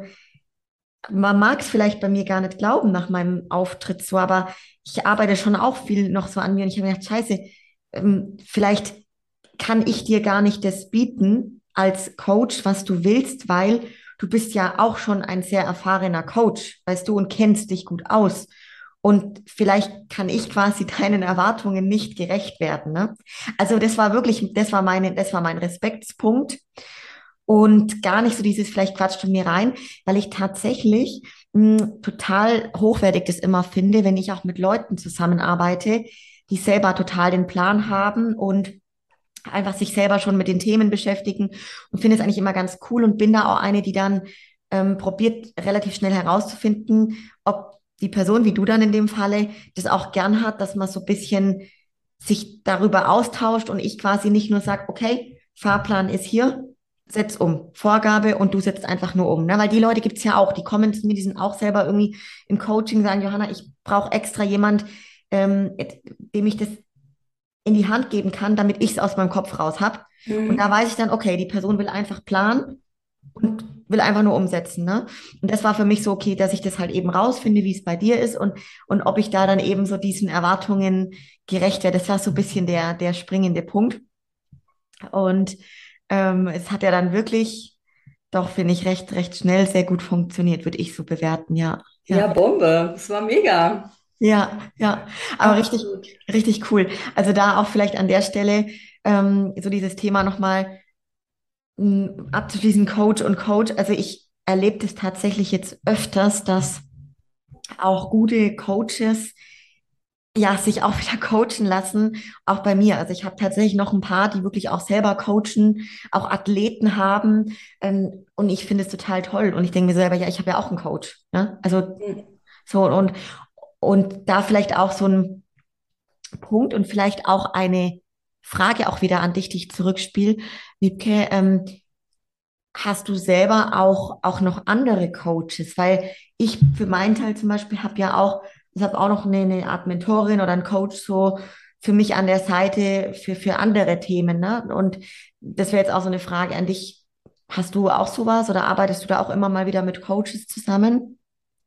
Speaker 1: man mag es vielleicht bei mir gar nicht glauben nach meinem Auftritt so, aber ich arbeite schon auch viel noch so an mir und ich habe mir gedacht, scheiße, ähm, vielleicht kann ich dir gar nicht das bieten als Coach, was du willst, weil du bist ja auch schon ein sehr erfahrener Coach, weißt du, und kennst dich gut aus. Und vielleicht kann ich quasi deinen Erwartungen nicht gerecht werden, ne? Also das war wirklich, das war meine, das war mein Respektspunkt. und gar nicht so dieses, vielleicht quatscht du mir rein, weil ich tatsächlich mh, total hochwertig das immer finde, wenn ich auch mit Leuten zusammenarbeite, die selber total den Plan haben und einfach sich selber schon mit den Themen beschäftigen und finde es eigentlich immer ganz cool und bin da auch eine, die dann ähm, probiert, relativ schnell herauszufinden, ob die Person, wie du dann in dem Falle, das auch gern hat, dass man so ein bisschen sich darüber austauscht und ich quasi nicht nur sage, okay, Fahrplan ist hier, setz um, Vorgabe und du setzt einfach nur um. Ne? Weil die Leute gibt's ja auch, die kommen zu mir, die sind auch selber irgendwie im Coaching, sagen, Johanna, ich brauche extra jemand, ähm, dem ich das in die Hand geben kann, damit ich es aus meinem Kopf raus habe. Und da
Speaker 2: Mhm.
Speaker 1: weiß ich dann, okay, die Person will einfach planen und will einfach nur umsetzen, ne? Und das war für mich so okay, dass ich das halt eben rausfinde, wie es bei dir ist und, und ob ich da dann eben so diesen Erwartungen gerecht werde. Das war so ein bisschen der, der springende Punkt. Und ähm, es hat ja dann wirklich, doch, finde ich, recht, recht schnell sehr gut funktioniert, würde ich so bewerten, ja. Ja,
Speaker 2: Ja, Bombe. Das war mega.
Speaker 1: ja, ja, aber richtig,
Speaker 2: Absolut.
Speaker 1: richtig cool. Also da auch vielleicht an der Stelle ähm, so dieses Thema nochmal mh, abzuschließen, Coach und Coach. Also ich erlebe das tatsächlich jetzt öfters, dass auch gute Coaches ja sich auch wieder coachen lassen, auch bei mir. Also ich habe tatsächlich noch ein paar, die wirklich auch selber coachen, auch Athleten haben. Ähm, und ich finde es total toll. Und ich denke mir selber, ja, ich habe ja auch einen Coach. Ne? Also
Speaker 2: Mhm.
Speaker 1: so und, und da vielleicht auch so ein Punkt und vielleicht auch eine Frage auch wieder an dich, die ich zurückspiele. Wiebke, ähm, hast du selber auch, auch noch andere Coaches? Weil ich für meinen Teil zum Beispiel habe ja auch, ich habe auch noch eine, eine Art Mentorin oder einen Coach so für mich an der Seite für, für andere Themen, ne? Und das wäre jetzt auch so eine Frage an dich. Hast du auch sowas oder arbeitest du da auch immer mal wieder mit Coaches zusammen?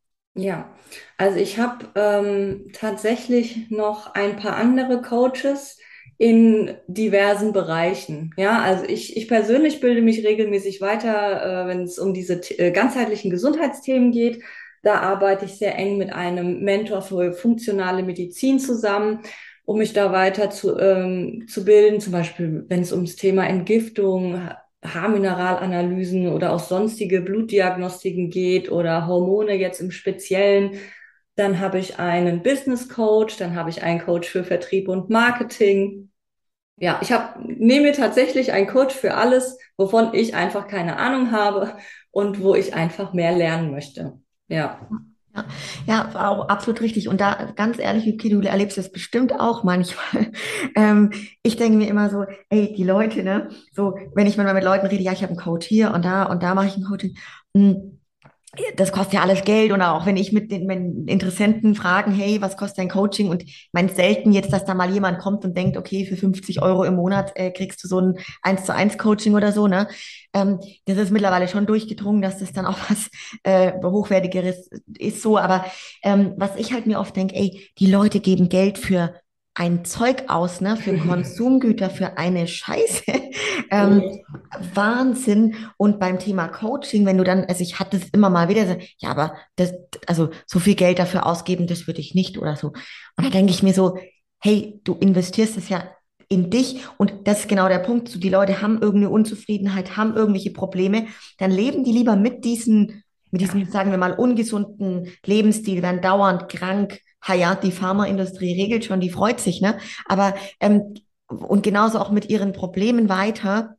Speaker 2: Ja, also ich habe ähm, tatsächlich noch ein paar andere Coaches in diversen Bereichen. Ja, also ich, ich persönlich bilde mich regelmäßig weiter, äh, wenn es um diese t- äh, ganzheitlichen Gesundheitsthemen geht. Da arbeite ich sehr eng mit einem Mentor für funktionale Medizin zusammen, um mich da weiter zu, ähm, zu bilden. Zum Beispiel, wenn es ums Thema Entgiftung, Haarmineralanalysen oder auch sonstige Blutdiagnostiken geht oder Hormone jetzt im Speziellen. Dann habe ich einen Business Coach, dann habe ich einen Coach für Vertrieb und Marketing. Ja, ich habe nehme mir tatsächlich einen Coach für alles, wovon ich einfach keine Ahnung habe und wo ich einfach mehr lernen möchte. Ja.
Speaker 1: Ja, ja, auch absolut richtig. Und da ganz ehrlich, Wiebke, du erlebst das bestimmt auch manchmal. Ähm, ich denke mir immer so, ey, die Leute, ne, so, wenn ich mal mit Leuten rede, ja, ich habe einen Coach hier und da und da mache ich ein Coaching. Hm, das kostet ja alles Geld und auch wenn ich mit den meinen Interessenten fragen, hey, was kostet dein Coaching? Und ich meine selten jetzt, dass da mal jemand kommt und denkt, okay, für fünfzig Euro im Monat äh, kriegst du so ein eins zu eins Coaching oder so, ne? Ähm, das ist mittlerweile schon durchgedrungen, dass das dann auch was äh, Hochwertigeres ist so. Aber ähm, was ich halt mir oft denke, ey, die Leute geben Geld für ein Zeug aus, ne, für Konsumgüter, für eine Scheiße. ähm, Wahnsinn. Und beim Thema Coaching, wenn du dann, also ich hatte es immer mal wieder, so, ja, aber das, also so viel Geld dafür ausgeben, das würde ich nicht oder so. Und da denke ich mir so, hey, du investierst es ja in dich und das ist genau der Punkt. So, die Leute haben irgendeine Unzufriedenheit, haben irgendwelche Probleme, dann leben die lieber mit diesen, mit
Speaker 2: Ja.
Speaker 1: diesem, sagen wir mal, ungesunden Lebensstil, werden dauernd krank. Ha ja, die Pharmaindustrie regelt schon, die freut sich, ne? Aber ähm, und genauso auch mit ihren Problemen weiter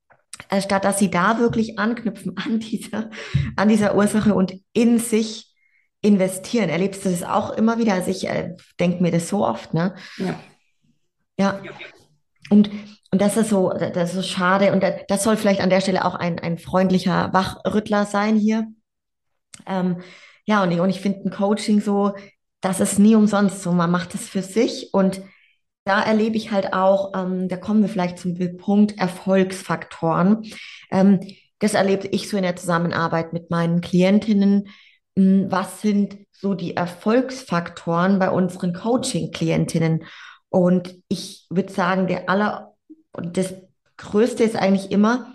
Speaker 1: äh, statt dass sie da wirklich anknüpfen an dieser, an dieser Ursache und in sich investieren. Erlebst du das auch immer wieder? Also ich äh, denke mir das so oft, ne?
Speaker 2: Ja.
Speaker 1: Ja. Und, und das ist so, das ist so schade. Und das, das soll vielleicht an der Stelle auch ein, ein freundlicher Wachrüttler sein hier. Ähm, ja, und ich, und ich finde ein Coaching so, das ist nie umsonst so. Man macht es für sich und da erlebe ich halt auch, ähm, da kommen wir vielleicht zum Punkt Erfolgsfaktoren. Ähm, das erlebe ich so in der Zusammenarbeit mit meinen Klientinnen. Ähm, Was sind so die Erfolgsfaktoren bei unseren Coaching-Klientinnen? Und ich würde sagen, der aller, und das Größte ist eigentlich immer,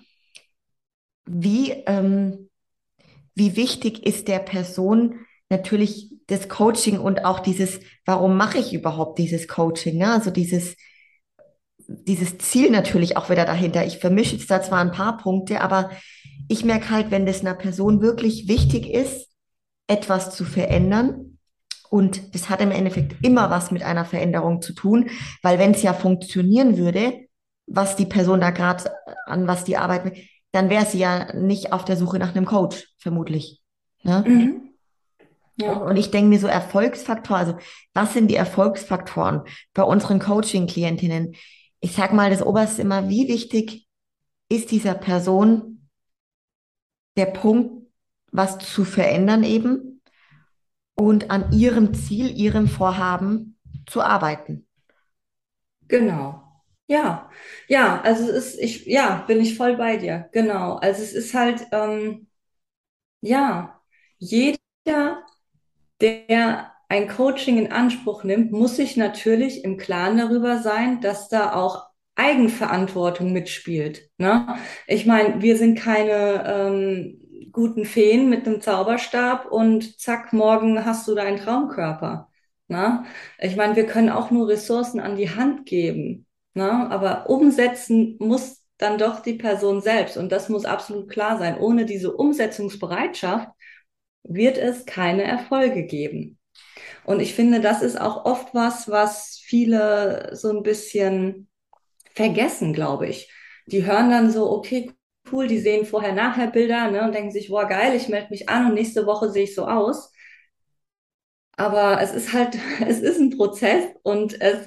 Speaker 1: wie, ähm, wie wichtig ist der Person natürlich das Coaching und auch dieses, warum mache ich überhaupt dieses Coaching? Ne? Also dieses, dieses Ziel natürlich auch wieder dahinter. Ich vermische jetzt da zwar ein paar Punkte, aber ich merke halt, wenn das einer Person wirklich wichtig ist, etwas zu verändern, und das hat im Endeffekt immer was mit einer Veränderung zu tun, weil wenn es ja funktionieren würde, was die Person da gerade, an was die arbeitet, dann wäre sie ja nicht auf der Suche nach einem Coach, vermutlich. Ne?
Speaker 2: Mhm.
Speaker 1: Und,
Speaker 2: Ja.
Speaker 1: und ich denke mir so Erfolgsfaktoren, also was sind die Erfolgsfaktoren bei unseren Coaching-Klientinnen? Ich sag mal, das Oberste immer, wie wichtig ist dieser Person der Punkt, was zu verändern eben und an ihrem Ziel, ihrem Vorhaben zu arbeiten.
Speaker 2: Genau. Ja, ja, also es ist, ich, ja, bin ich voll bei dir. Genau. Also es ist halt, ähm, ja, jeder, der ein Coaching in Anspruch nimmt, muss sich natürlich im Klaren darüber sein, dass da auch Eigenverantwortung mitspielt. Ne? Ich meine, wir sind keine ähm, guten Feen mit einem Zauberstab und zack, morgen hast du deinen Traumkörper. Ne? Ich meine, wir können auch nur Ressourcen an die Hand geben, ne? Aber umsetzen muss dann doch die Person selbst. Und das muss absolut klar sein. Ohne diese Umsetzungsbereitschaft wird es keine Erfolge geben. Und ich finde, das ist auch oft was, was viele so ein bisschen vergessen, glaube ich. Die hören dann so, okay, cool, die sehen vorher-nachher-Bilder, ne, und denken sich, boah, geil, ich melde mich an und nächste Woche sehe ich so aus. Aber es ist halt, es ist ein Prozess und es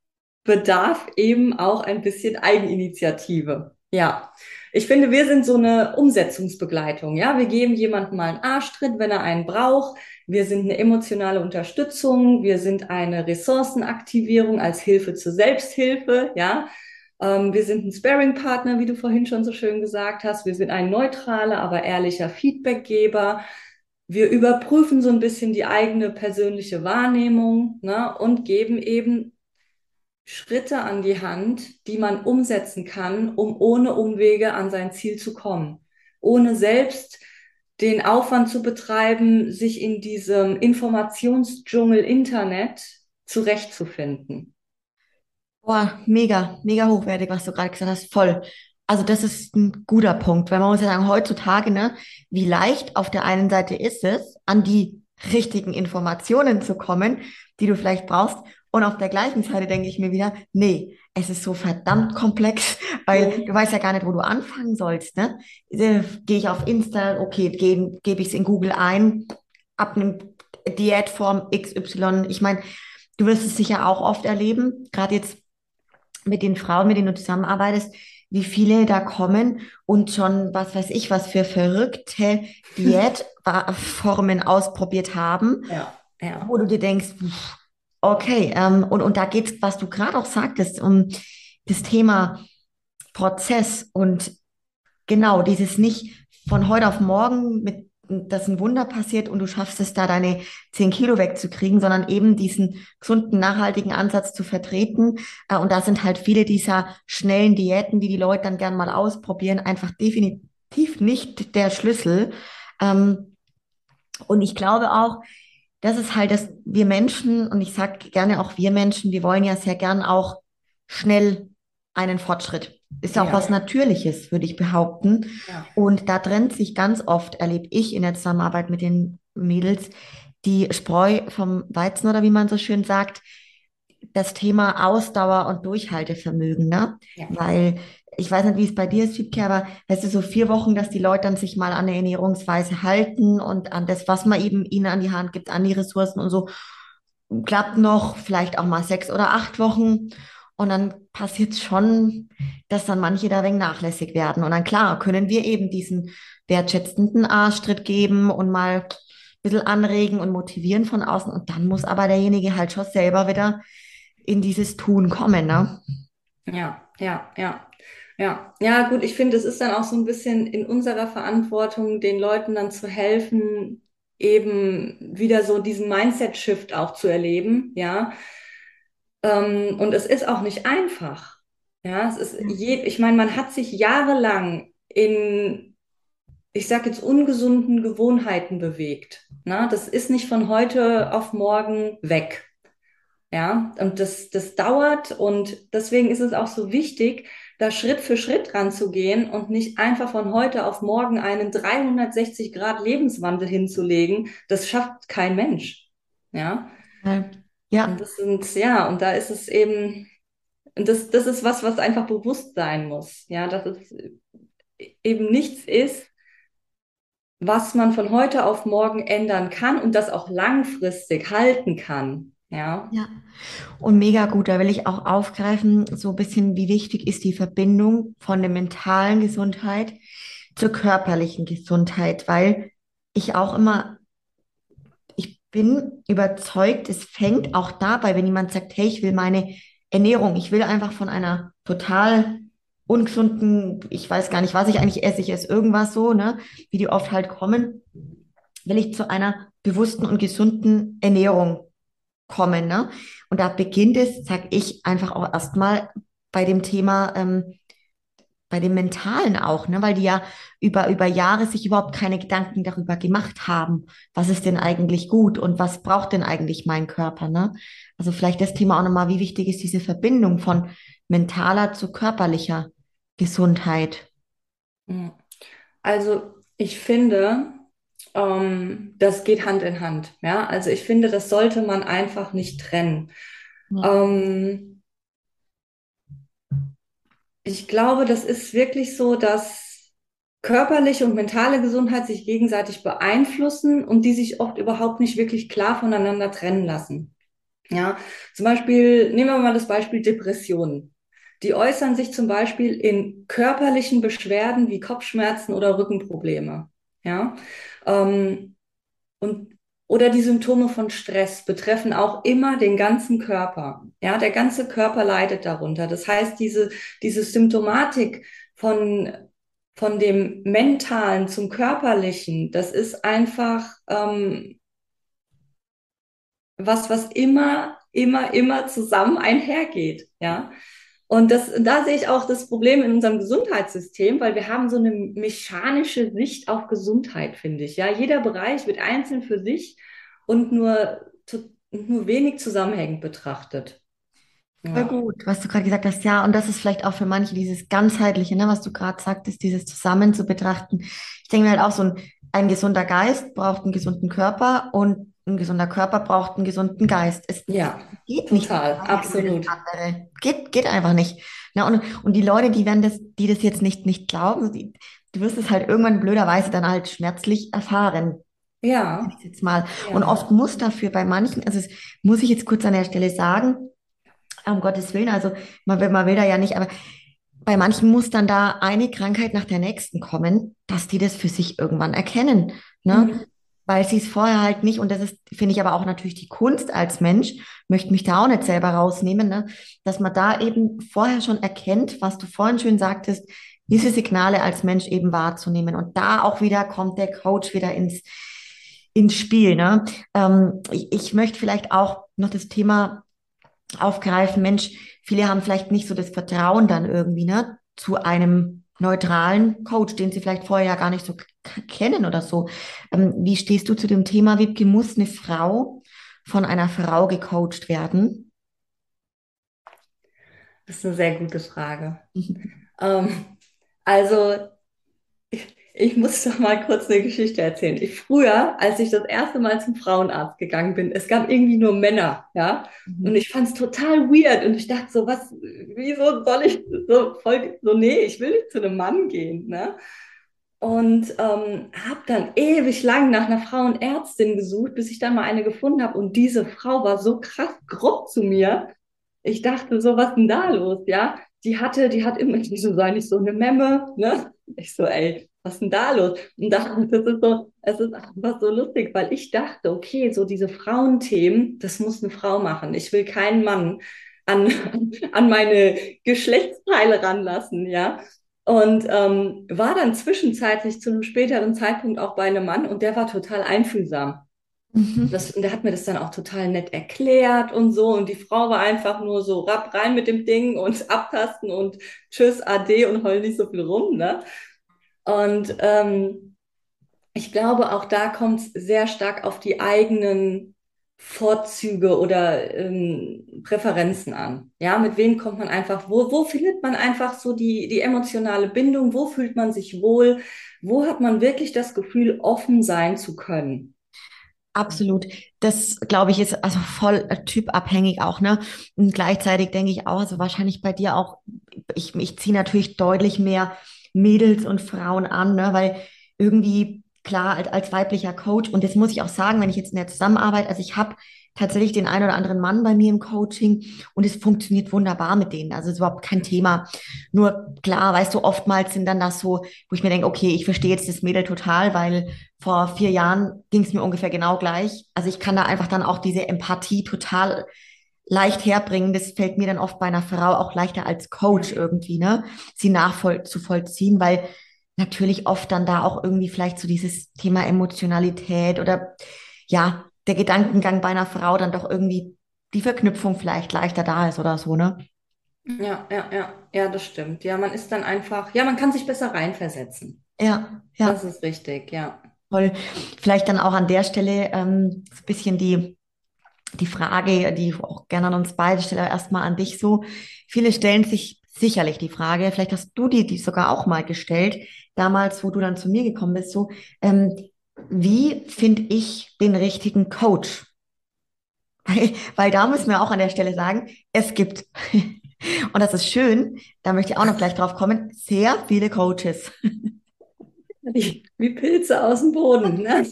Speaker 2: bedarf eben auch ein bisschen Eigeninitiative. Ja, ich finde, wir sind so eine Umsetzungsbegleitung. Ja, wir geben jemandem mal einen Arschtritt, wenn er einen braucht. Wir sind eine emotionale Unterstützung. Wir sind eine Ressourcenaktivierung als Hilfe zur Selbsthilfe. Ja, ähm, wir sind ein Sparring-Partner, wie du vorhin schon so schön gesagt hast. Wir sind ein neutraler, aber ehrlicher Feedbackgeber. Wir überprüfen so ein bisschen die eigene persönliche Wahrnehmung, ne, und geben eben Schritte an die Hand, die man umsetzen kann, um ohne Umwege an sein Ziel zu kommen. Ohne selbst den Aufwand zu betreiben, sich in diesem Informationsdschungel Internet zurechtzufinden.
Speaker 1: Boah, mega, mega hochwertig, was du gerade gesagt hast, voll. Also das ist ein guter Punkt, weil man muss ja sagen, heutzutage, ne, wie leicht auf der einen Seite ist es, an die richtigen Informationen zu kommen, die du vielleicht brauchst. Und auf der gleichen Seite denke ich mir wieder, nee, es ist so verdammt komplex, weil du
Speaker 2: Mhm.
Speaker 1: weißt ja gar nicht, wo du anfangen sollst, ne? Äh, Gehe ich auf Insta, okay, gebe gebe ich es in Google ein, ab einem Diätform X Y. Ich meine, du wirst es sicher auch oft erleben, gerade jetzt mit den Frauen, mit denen du zusammenarbeitest, wie viele da kommen und schon, was weiß ich, was für verrückte Diätformen ausprobiert haben,
Speaker 2: Ja, ja,
Speaker 1: wo du dir denkst, pff, okay, ähm, und, und da geht's, was du gerade auch sagtest, um das Thema Prozess und genau, dieses nicht von heute auf morgen mit, dass ein Wunder passiert und du schaffst es da, deine zehn Kilo wegzukriegen, sondern eben diesen gesunden, nachhaltigen Ansatz zu vertreten. Äh, Und da sind halt viele dieser schnellen Diäten, die die Leute dann gern mal ausprobieren, einfach definitiv nicht der Schlüssel. Ähm, Und ich glaube auch, das ist halt, dass wir Menschen, und ich sage gerne auch wir Menschen, wir wollen ja sehr gern auch schnell einen Fortschritt. Ist auch was
Speaker 2: ja,
Speaker 1: Natürliches, würde ich behaupten.
Speaker 2: ja.
Speaker 1: Und da trennt sich ganz oft, erlebe ich in der Zusammenarbeit mit den Mädels, die Spreu vom Weizen oder wie man so schön sagt, das Thema Ausdauer und Durchhaltevermögen, ne?
Speaker 2: Ja.
Speaker 1: Weil ich weiß nicht, wie es bei dir ist, Wiebke, aber weißt du, so vier Wochen, dass die Leute dann sich mal an eine Ernährungsweise halten und an das, was man eben ihnen an die Hand gibt, an die Ressourcen und so, klappt noch, vielleicht auch mal sechs oder acht Wochen. Und dann passiert es schon, dass dann manche da wegen nachlässig werden. Und dann klar, können wir eben diesen wertschätzenden Arschtritt geben und mal ein bisschen anregen und motivieren von außen. Und dann muss aber derjenige halt schon selber wieder in dieses Tun kommen, ne?
Speaker 2: Ja, ja, ja, ja. Ja, gut, ich finde, es ist dann auch so ein bisschen in unserer Verantwortung, den Leuten dann zu helfen, eben wieder so diesen Mindset-Shift auch zu erleben, ja. Ähm, und es ist auch nicht einfach. Ja, es ist je, ich meine, man hat sich jahrelang in, ich sag jetzt, ungesunden Gewohnheiten bewegt. Na, das ist nicht von heute auf morgen weg. Ja, und das, das dauert und deswegen ist es auch so wichtig, da Schritt für Schritt ranzugehen und nicht einfach von heute auf morgen einen dreihundertsechzig Grad Lebenswandel hinzulegen. Das schafft kein Mensch. Ja,
Speaker 1: Äh,
Speaker 2: und
Speaker 1: Ja,
Speaker 2: das sind, ja, und da ist es eben, und das, das ist was, was einfach bewusst sein muss. Ja, dass es eben nichts ist, was man von heute auf morgen ändern kann und das auch langfristig halten kann. Ja.
Speaker 1: ja. Und mega gut, da will ich auch aufgreifen, so ein bisschen, wie wichtig ist die Verbindung von der mentalen Gesundheit zur körperlichen Gesundheit, weil ich auch immer, ich bin überzeugt, es fängt auch dabei, wenn jemand sagt, hey, ich will meine Ernährung, ich will einfach von einer total ungesunden, ich weiß gar nicht, was ich eigentlich esse, ich esse irgendwas so, ne, wie die oft halt kommen, will ich zu einer bewussten und gesunden Ernährung kommen, ne? Und da beginnt es, sag ich, einfach auch erstmal bei dem Thema, ähm, bei dem Mentalen auch, ne? Weil die ja über, über Jahre sich überhaupt keine Gedanken darüber gemacht haben, was ist denn eigentlich gut und was braucht denn eigentlich mein Körper, ne? Also vielleicht das Thema auch nochmal, wie wichtig ist diese Verbindung von mentaler zu körperlicher Gesundheit?
Speaker 2: Mhm. Also ich finde, ähm, das geht Hand in Hand. Ja, also ich finde, das sollte man einfach nicht trennen.
Speaker 1: Ja,
Speaker 2: Ähm, ich glaube, das ist wirklich so, dass körperliche und mentale Gesundheit sich gegenseitig beeinflussen und die sich oft überhaupt nicht wirklich klar voneinander trennen lassen. Ja, zum Beispiel, nehmen wir mal das Beispiel Depressionen. Die äußern sich zum Beispiel in körperlichen Beschwerden wie Kopfschmerzen oder Rückenprobleme. Ja, ähm, und oder die Symptome von Stress betreffen auch immer den ganzen Körper. Ja, der ganze Körper leidet darunter. Das heißt, diese, diese Symptomatik von, von dem Mentalen zum Körperlichen, das ist einfach ähm, was, was immer, immer, immer zusammen einhergeht. Ja. Und das, da sehe ich auch das Problem in unserem Gesundheitssystem, weil wir haben so eine mechanische Sicht auf Gesundheit, finde ich. Ja, jeder Bereich wird einzeln für sich und nur, nur wenig zusammenhängend betrachtet.
Speaker 1: voll
Speaker 2: Ja.
Speaker 1: gut, was du gerade gesagt hast, ja, und das ist vielleicht auch für manche dieses ganzheitliche, ne, was du gerade sagtest, dieses Zusammen zu betrachten. Ich denke mir halt auch so ein, ein gesunder Geist braucht einen gesunden Körper und ein gesunder Körper braucht einen gesunden Geist. Es
Speaker 2: Ja,
Speaker 1: geht nicht das
Speaker 2: total,
Speaker 1: eine ohne das
Speaker 2: absolut.
Speaker 1: andere. Geht, geht einfach nicht. Na, und, und die Leute, die werden das, die das jetzt nicht, nicht glauben, die, du wirst es halt irgendwann blöderweise dann halt schmerzlich erfahren. Sag
Speaker 2: Ja,
Speaker 1: ich jetzt mal. Und
Speaker 2: ja.
Speaker 1: oft muss dafür bei manchen, also das muss ich jetzt kurz an der Stelle sagen, um Gottes Willen, also man will, man will da ja nicht, aber bei manchen muss dann da eine Krankheit nach der nächsten kommen, dass die das für sich irgendwann erkennen, ne?
Speaker 2: Mhm.
Speaker 1: Weil sie es vorher halt nicht, und das ist, finde ich aber auch natürlich die Kunst als Mensch, möchte mich da auch nicht selber rausnehmen, ne? Dass man da eben vorher schon erkennt, was du vorhin schön sagtest, diese Signale als Mensch eben wahrzunehmen. Und da auch wieder kommt der Coach wieder ins, ins Spiel, ne? Ähm, ich, ich möchte vielleicht auch noch das Thema aufgreifen, Mensch, viele haben vielleicht nicht so das Vertrauen dann irgendwie, ne, zu einem neutralen Coach, den sie vielleicht vorher ja gar nicht so k- kennen oder so. Ähm, wie stehst du zu dem Thema, Wiebke, muss eine Frau von einer Frau gecoacht werden?
Speaker 2: Das ist eine sehr gute Frage. Ähm, also ich muss doch mal kurz eine Geschichte erzählen. Ich früher, als ich das erste Mal zum Frauenarzt gegangen bin, es gab irgendwie nur Männer, ja. Und
Speaker 1: Mhm.
Speaker 2: ich fand es total weird. Und ich dachte so, was, wieso soll ich so voll, so, nee, ich will nicht zu einem Mann gehen, ne? Und ähm, habe dann ewig lang nach einer Frauenärztin gesucht, bis ich dann mal eine gefunden habe. Und diese Frau war so krass grob zu mir. Ich dachte so, was ist denn da los, ja? Die hatte, die hat immer, die so, sei nicht so eine Memme, ne? Ich so, ey, was ist denn da los? Und da, das ist so, es ist einfach so lustig, weil ich dachte, okay, so diese Frauenthemen, das muss eine Frau machen. Ich will keinen Mann an, an meine Geschlechtsteile ranlassen, ja? Und ähm, war dann zwischenzeitlich zu einem späteren Zeitpunkt auch bei einem Mann und der war total einfühlsam.
Speaker 1: Mhm.
Speaker 2: Das, und der hat mir das dann auch total nett erklärt und so. Und die Frau war einfach nur so rapp rein mit dem Ding und abtasten und tschüss, ade und heul nicht so viel rum, ne? Und ähm, ich glaube, auch da kommt es sehr stark auf die eigenen Vorzüge oder ähm, Präferenzen an? Ja, mit wem kommt man einfach, wo, wo findet man einfach so die, die emotionale Bindung? Wo fühlt man sich wohl? Wo hat man wirklich das Gefühl, offen sein zu können?
Speaker 1: Absolut. Das, glaube ich, ist also voll äh, typabhängig auch, ne? Und gleichzeitig denke ich auch, also wahrscheinlich bei dir auch, ich, ich ziehe natürlich deutlich mehr Mädels und Frauen an, ne? Weil irgendwie, klar, als, als weiblicher Coach, und das muss ich auch sagen, wenn ich jetzt in der Zusammenarbeit, also ich habe tatsächlich den einen oder anderen Mann bei mir im Coaching und es funktioniert wunderbar mit denen. Also es ist überhaupt kein Thema. Nur klar, weißt du, oftmals sind dann das so, wo ich mir denke, okay, ich verstehe jetzt das Mädel total, weil vor vier Jahren ging es mir ungefähr genau gleich. Also ich kann da einfach dann auch diese Empathie total leicht herbringen. Das fällt mir dann oft bei einer Frau auch leichter als Coach irgendwie, ne? Sie nachvoll zu vollziehen, weil natürlich oft dann da auch irgendwie vielleicht so dieses Thema Emotionalität oder ja, der Gedankengang bei einer Frau dann doch irgendwie die Verknüpfung vielleicht leichter da ist oder so, ne?
Speaker 2: Ja, ja, ja, ja, das stimmt. Ja, man ist dann einfach, ja, man kann sich besser reinversetzen.
Speaker 1: Ja,
Speaker 2: Das
Speaker 1: ja,
Speaker 2: ist richtig, ja.
Speaker 1: voll. Vielleicht dann auch an der Stelle ähm, so ein bisschen die die Frage, die ich auch gerne an uns beide stelle, aber erstmal an dich so. Viele stellen sich sicherlich die Frage, vielleicht hast du die, die sogar auch mal gestellt, damals, wo du dann zu mir gekommen bist, so, ähm, wie finde ich den richtigen Coach? Weil, weil da müssen wir auch an der Stelle sagen, es gibt, und das ist schön, da möchte ich auch noch gleich drauf kommen, sehr viele Coaches.
Speaker 2: Wie, wie Pilze aus dem Boden, ne?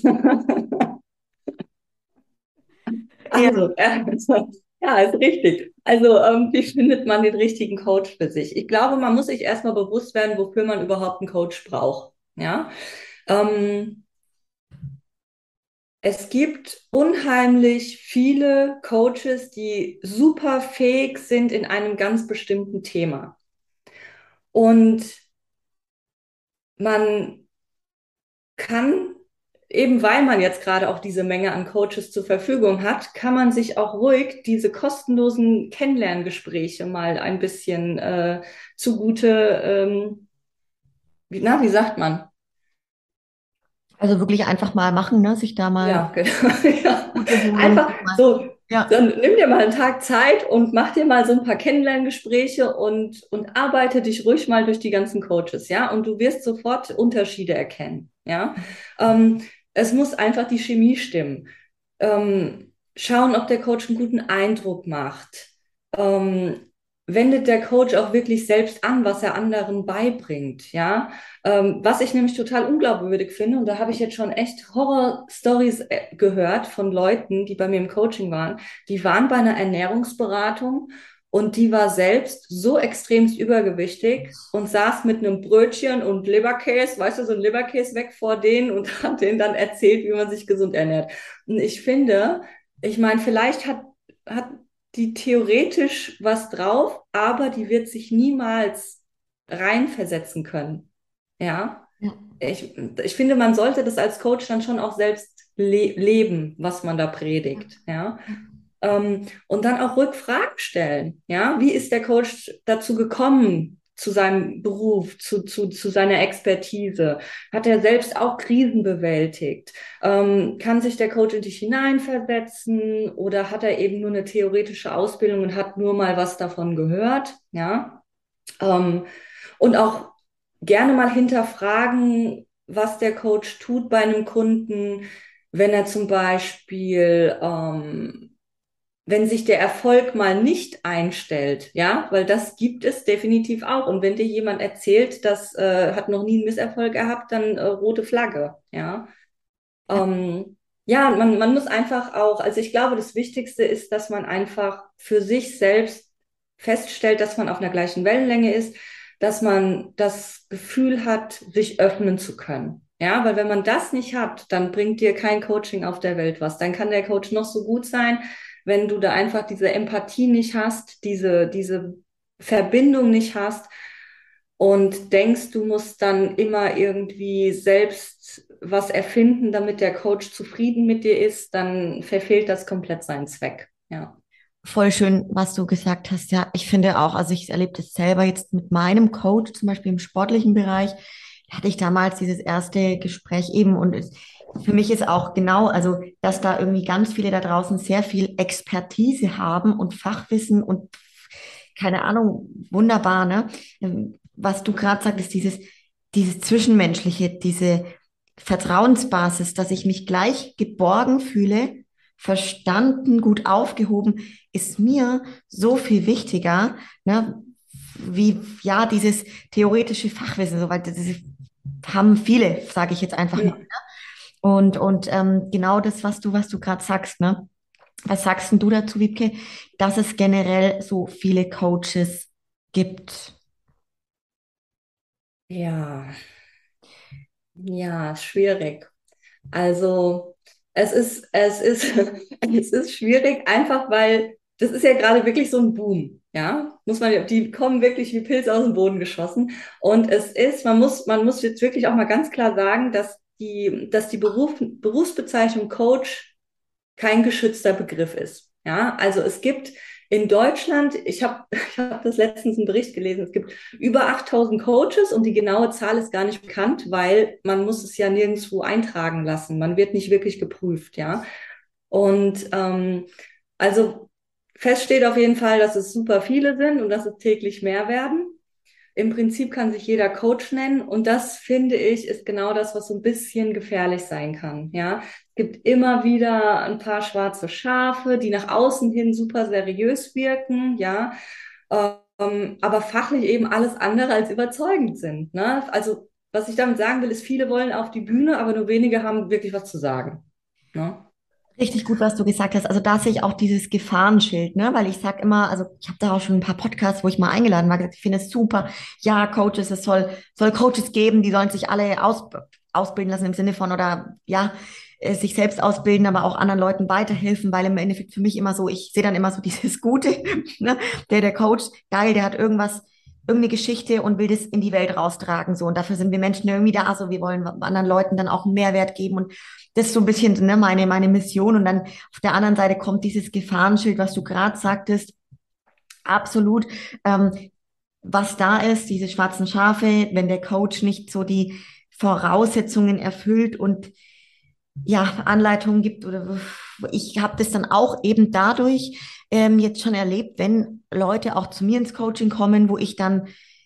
Speaker 1: Ja.
Speaker 2: Also, ja, ja, ist richtig. Also, ähm, wie findet man den richtigen Coach für sich? Ich glaube, man muss sich erstmal bewusst werden, wofür man überhaupt einen Coach braucht. Ja. Ähm, Es gibt unheimlich viele Coaches, die super fähig sind in einem ganz bestimmten Thema. Und man kann, eben weil man jetzt gerade auch diese Menge an Coaches zur Verfügung hat, kann man sich auch ruhig diese kostenlosen Kennenlerngespräche mal ein bisschen äh, zugute, ähm, wie, na, wie sagt man?
Speaker 1: Also wirklich einfach mal machen, ne? Sich da mal
Speaker 2: Ja, genau. Ja.
Speaker 1: Gute holen.
Speaker 2: Einfach
Speaker 1: Mal.
Speaker 2: so,
Speaker 1: Ja.
Speaker 2: dann nimm dir mal einen Tag Zeit und mach dir mal so ein paar Kennenlerngespräche und, und arbeite dich ruhig mal durch die ganzen Coaches, ja, und du wirst sofort Unterschiede erkennen, ja. Ähm, Es muss einfach die Chemie stimmen. Ähm, schauen, ob der Coach einen guten Eindruck macht. Ähm, Wendet der Coach auch wirklich selbst an, was er anderen beibringt, ja. Ähm, was ich nämlich total unglaubwürdig finde, und da habe ich jetzt schon echt Horror-Stories äh, gehört von Leuten, die bei mir im Coaching waren, die waren bei einer Ernährungsberatung und die war selbst so extremst übergewichtig und saß mit einem Brötchen und Leberkäse, weißt du, so ein Leberkäse weg vor denen und hat denen dann erzählt, wie man sich gesund ernährt. Und ich finde, ich meine, vielleicht hat, hat die theoretisch was drauf, aber die wird sich niemals reinversetzen können. Ja,
Speaker 1: Ja.
Speaker 2: ich, ich finde, man sollte das als Coach dann schon auch selbst le leben, was man da predigt. Ja, ähm, und dann auch Rückfragen stellen. Ja, wie ist der Coach dazu gekommen, zu seinem Beruf, zu, zu, zu seiner Expertise? Hat er selbst auch Krisen bewältigt? Ähm, kann sich der Coach in dich hineinversetzen oder hat er eben nur eine theoretische Ausbildung und hat nur mal was davon gehört? Ja, ähm, und auch gerne mal hinterfragen, was der Coach tut bei einem Kunden, wenn er zum Beispiel ähm, wenn sich der Erfolg mal nicht einstellt, ja, weil das gibt es definitiv auch. Und wenn dir jemand erzählt, das äh, hat noch nie einen Misserfolg gehabt, dann äh, rote Flagge, ja. Ähm, ja, man, man muss einfach auch, also ich glaube, das Wichtigste ist, dass man einfach für sich selbst feststellt, dass man auf einer gleichen Wellenlänge ist, dass man das Gefühl hat, sich öffnen zu können. Ja, weil wenn man das nicht hat, dann bringt dir kein Coaching auf der Welt was. Dann kann der Coach noch so gut sein, wenn du da einfach diese Empathie nicht hast, diese, diese Verbindung nicht hast und denkst, du musst dann immer irgendwie selbst was erfinden, damit der Coach zufrieden mit dir ist, dann verfehlt das komplett seinen Zweck. Ja.
Speaker 1: Voll schön, was du gesagt hast. Ja, ich finde auch, also ich erlebe das selber jetzt mit meinem Coach, zum Beispiel im sportlichen Bereich. hatte ich damals dieses erste Gespräch eben und es, für mich ist auch genau, also dass da irgendwie ganz viele da draußen sehr viel Expertise haben und Fachwissen und keine Ahnung, wunderbar, ne? Ähm, Was du gerade sagtest, dieses, dieses Zwischenmenschliche, diese Vertrauensbasis, dass ich mich gleich geborgen fühle, verstanden, gut aufgehoben, ist mir so viel wichtiger, ne? Wie, ja, dieses theoretische Fachwissen, soweit das ist, haben viele, sage ich jetzt einfach mal.
Speaker 2: Hm.
Speaker 1: Und, und ähm, genau das, was du, was du gerade sagst, ne? Was sagst denn du dazu, Wiebke, dass es generell so viele Coaches gibt?
Speaker 2: Ja, ja, schwierig. Also es ist, es ist, es ist schwierig, einfach weil das ist ja gerade wirklich so ein Boom, ja. Muss man, die kommen wirklich wie Pilze aus dem Boden geschossen. Und es ist, man muss, man muss jetzt wirklich auch mal ganz klar sagen, dass die, dass die Beruf, Berufsbezeichnung Coach kein geschützter Begriff ist. Ja, also es gibt in Deutschland, ich habe ich hab das letztens einen Bericht gelesen, es gibt über achttausend Coaches und die genaue Zahl ist gar nicht bekannt, weil man muss es ja nirgendwo eintragen lassen. Man wird nicht wirklich geprüft, ja. Und ähm, also fest steht auf jeden Fall, dass es super viele sind und dass es täglich mehr werden. Im Prinzip kann sich jeder Coach nennen und das finde ich ist genau das, was so ein bisschen gefährlich sein kann. Ja, es gibt immer wieder ein paar schwarze Schafe, die nach außen hin super seriös wirken, ja, ähm, aber fachlich eben alles andere als überzeugend sind. Ne? Also was ich damit sagen will, ist, viele wollen auf die Bühne, aber nur wenige haben wirklich was zu sagen. Ne?
Speaker 1: Richtig gut, was du gesagt hast. Also da sehe ich auch dieses Gefahrenschild, ne? Weil ich sage immer, also ich habe da auch schon ein paar Podcasts, wo ich mal eingeladen war, gesagt, ich finde es super. Ja, Coaches, es soll, soll Coaches geben, die sollen sich alle aus, ausbilden lassen im Sinne von oder ja, äh, sich selbst ausbilden, aber auch anderen Leuten weiterhelfen, weil im Endeffekt für mich immer so, ich sehe dann immer so dieses Gute, ne? Der, der Coach, geil, der hat irgendwas, irgendeine Geschichte und will das in die Welt raustragen. So. Und dafür sind wir Menschen irgendwie da. So, wir wollen anderen Leuten dann auch einen Mehrwert geben. Und das ist so ein bisschen ne, meine, meine Mission. Und dann auf der anderen Seite kommt dieses Gefahrenschild, was du gerade sagtest. Absolut. Ähm, was da ist, diese schwarzen Schafe, wenn der Coach nicht so die Voraussetzungen erfüllt und ja, Anleitungen gibt oder ich habe das dann auch eben dadurch ähm, jetzt schon erlebt, wenn Leute auch zu mir ins Coaching kommen, wo ich dann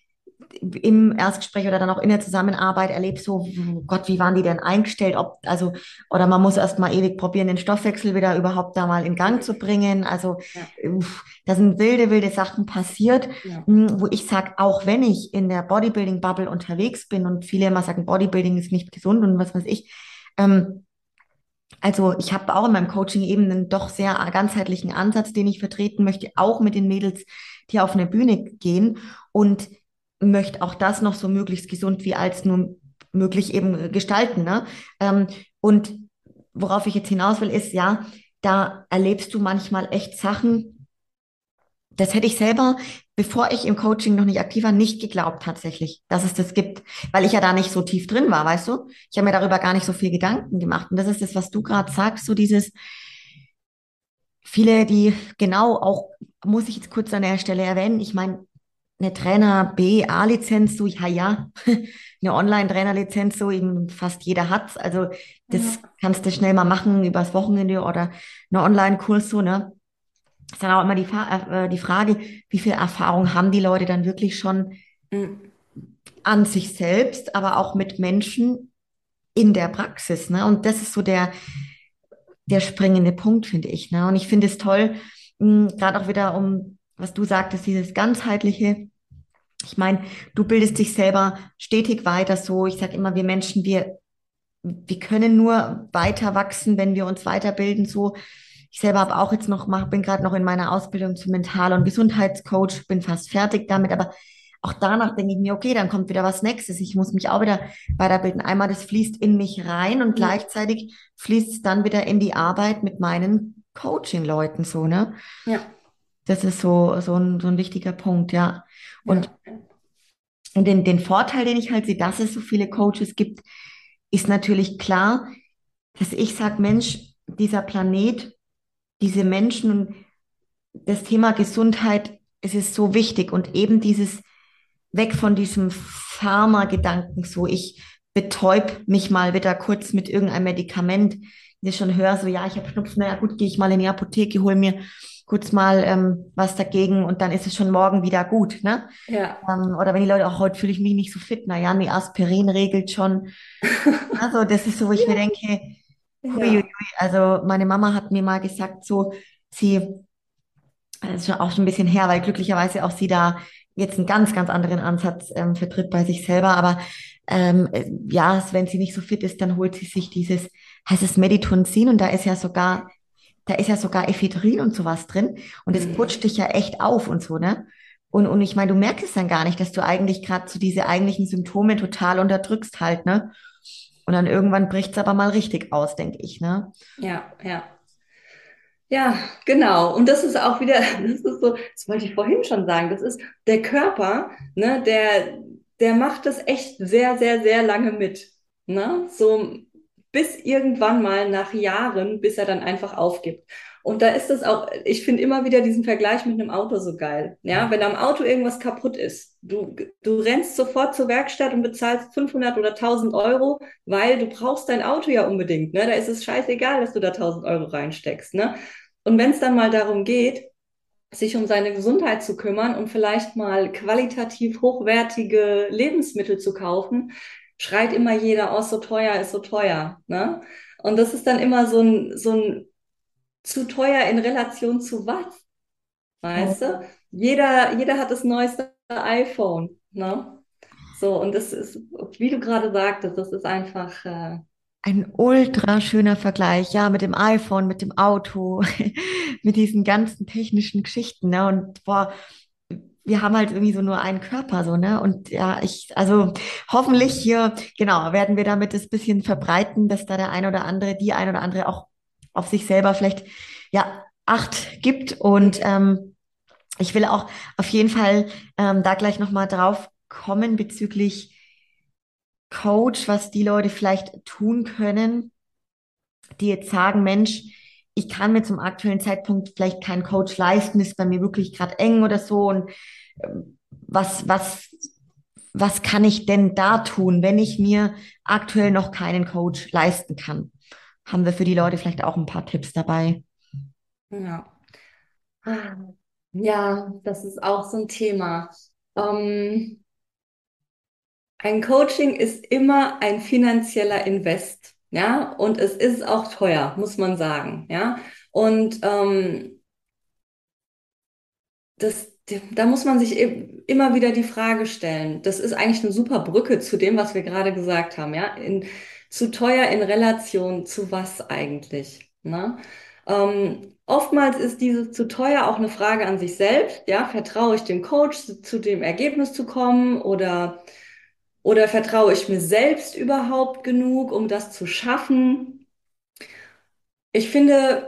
Speaker 1: im Erstgespräch oder dann auch in der Zusammenarbeit erlebe, so, Gott, wie waren die denn eingestellt? Ob, also, oder man muss erst mal ewig probieren, den Stoffwechsel wieder überhaupt da mal in Gang zu bringen. Also,
Speaker 2: Ja,
Speaker 1: uff, da sind wilde, wilde Sachen passiert,
Speaker 2: ja,
Speaker 1: mh, wo ich sage, auch wenn ich in der Bodybuilding-Bubble unterwegs bin und viele immer sagen, Bodybuilding ist nicht gesund und was weiß ich, ähm, also ich habe auch in meinem Coaching eben einen doch sehr ganzheitlichen Ansatz, den ich vertreten möchte, auch mit den Mädels, die auf eine Bühne gehen und möchte auch das noch so möglichst gesund wie als nur möglich eben gestalten. Ne? Ähm, und worauf ich jetzt hinaus will, ist ja, da erlebst du manchmal echt Sachen, das hätte ich selber, bevor ich im Coaching noch nicht aktiv war, nicht geglaubt tatsächlich, dass es das gibt, weil ich ja da nicht so tief drin war, weißt du? Ich habe mir darüber gar nicht so viel Gedanken gemacht. Und das ist das, was du gerade sagst, so dieses, viele, die genau auch, muss ich jetzt kurz an der Stelle erwähnen, ich meine, eine Trainer B A-Lizenz, so, ja, ja, eine Online-Trainer-Lizenz, so, eben fast jeder hat's. Also, das
Speaker 2: ja.
Speaker 1: kannst du schnell mal machen übers Wochenende oder eine Online-Kurs, so, ne? Ist dann auch immer die, Fa- äh, die Frage, wie viel Erfahrung haben die Leute dann wirklich schon
Speaker 2: Mm.
Speaker 1: an sich selbst, aber auch mit Menschen in der Praxis, ne? Und das ist so der, der springende Punkt, finde ich, ne? Und ich finde es toll, gerade auch wieder um, was du sagtest, dieses ganzheitliche. Ich meine, du bildest dich selber stetig weiter so. Ich sage immer, wir Menschen, wir, wir können nur weiter wachsen, wenn wir uns weiterbilden. So, ich selber habe auch jetzt noch, mach, bin gerade noch in meiner Ausbildung zum Mental- und Gesundheitscoach, bin fast fertig damit, aber auch danach denke ich mir, okay, dann kommt wieder was Nächstes. Ich muss mich auch wieder weiterbilden. Einmal, das fließt in mich rein und
Speaker 2: Mm.
Speaker 1: gleichzeitig fließt es dann wieder in die Arbeit mit meinen Coaching-Leuten so, ne?
Speaker 2: Ja,
Speaker 1: Das ist so, so ein, so ein wichtiger Punkt, ja. Und
Speaker 2: ja.
Speaker 1: und den, den Vorteil, den ich halt sehe, dass es so viele Coaches gibt, ist natürlich klar, dass ich sage, Mensch, dieser Planet, diese Menschen und das Thema Gesundheit, es ist so wichtig und eben dieses weg von diesem Pharma-Gedanken, so ich betäub mich mal wieder kurz mit irgendeinem Medikament, ich schon höre, so ja, ich habe Schnupfen, naja gut, gehe ich mal in die Apotheke, hol mir kurz mal ähm, was dagegen und dann ist es schon morgen wieder gut, ne?
Speaker 2: Ja,
Speaker 1: Ähm, oder wenn die Leute auch, heute fühle ich mich nicht so fit, naja, nee, Aspirin regelt schon. Also das ist so, wo ich mir denke, huiuiui,
Speaker 2: ja,
Speaker 1: also meine Mama hat mir mal gesagt, so, sie, das ist schon auch schon ein bisschen her, weil glücklicherweise auch sie da jetzt einen ganz, ganz anderen Ansatz ähm, vertritt bei sich selber. Aber ähm, äh, ja, wenn sie nicht so fit ist, dann holt sie sich dieses, heißt es Meditonsin und da ist ja sogar, da ist ja sogar Ephedrin und sowas drin und es putscht
Speaker 2: mhm.
Speaker 1: dich ja echt auf und so, ne? Und, und ich meine, du merkst es dann gar nicht, dass du eigentlich gerade so diese eigentlichen Symptome total unterdrückst halt, ne? Und dann irgendwann bricht es aber mal richtig aus, denke ich, ne?
Speaker 2: Ja, ja. Ja, genau. Und das ist auch wieder, das ist so, das wollte ich vorhin schon sagen, das ist der Körper, ne, der, der macht das echt sehr, sehr, sehr lange mit. Ne? So bis irgendwann mal nach Jahren, bis er dann einfach aufgibt. Und da ist es auch, ich finde immer wieder diesen Vergleich mit einem Auto so geil. Ja, wenn am Auto irgendwas kaputt ist, du, du rennst sofort zur Werkstatt und bezahlst fünfhundert oder tausend Euro, weil du brauchst dein Auto ja unbedingt. Ne? Da ist es scheißegal, dass du da tausend Euro reinsteckst. Ne? Und wenn es dann mal darum geht, sich um seine Gesundheit zu kümmern und vielleicht mal qualitativ hochwertige Lebensmittel zu kaufen, schreit immer jeder aus, so teuer ist so teuer. Ne? Und das ist dann immer so ein, so ein zu teuer in Relation zu was, weißt du? Jeder, jeder hat das neueste iPhone. Ne? So, und das ist, wie du gerade sagtest, das ist einfach, äh,
Speaker 1: Ein ultra schöner Vergleich, ja, mit dem iPhone, mit dem Auto, mit diesen ganzen technischen Geschichten, ne? Und boah, wir haben halt irgendwie so nur einen Körper, so, ne? Und ja, ich, also hoffentlich hier, genau, werden wir damit das bisschen verbreiten, dass da der ein oder andere, die ein oder andere auch auf sich selber vielleicht, ja, Acht gibt. Und ähm, ich will auch auf jeden Fall ähm, da gleich nochmal drauf kommen bezüglich Coach, was die Leute vielleicht tun können, die jetzt sagen, Mensch, ich kann mir zum aktuellen Zeitpunkt vielleicht keinen Coach leisten, ist bei mir wirklich gerade eng oder so. Und ähm, was, was, was kann ich denn da tun, wenn ich mir aktuell noch keinen Coach leisten kann? Haben wir für die Leute vielleicht auch ein paar Tipps dabei?
Speaker 2: ja. Ja, das ist auch so ein Thema. Ähm, Ein Coaching ist immer ein finanzieller Invest, ja, und es ist auch teuer, muss man sagen, ja. Und ähm, das, da muss man sich eben immer wieder die Frage stellen. Das ist eigentlich eine super Brücke zu dem, was wir gerade gesagt haben, ja. In, zu teuer in Relation zu was eigentlich, ne? Ähm, oftmals ist dieses zu teuer auch eine Frage an sich selbst, ja. Vertraue ich dem Coach, zu, zu dem Ergebnis zu kommen oder oder vertraue ich mir selbst überhaupt genug, um das zu schaffen? Ich finde,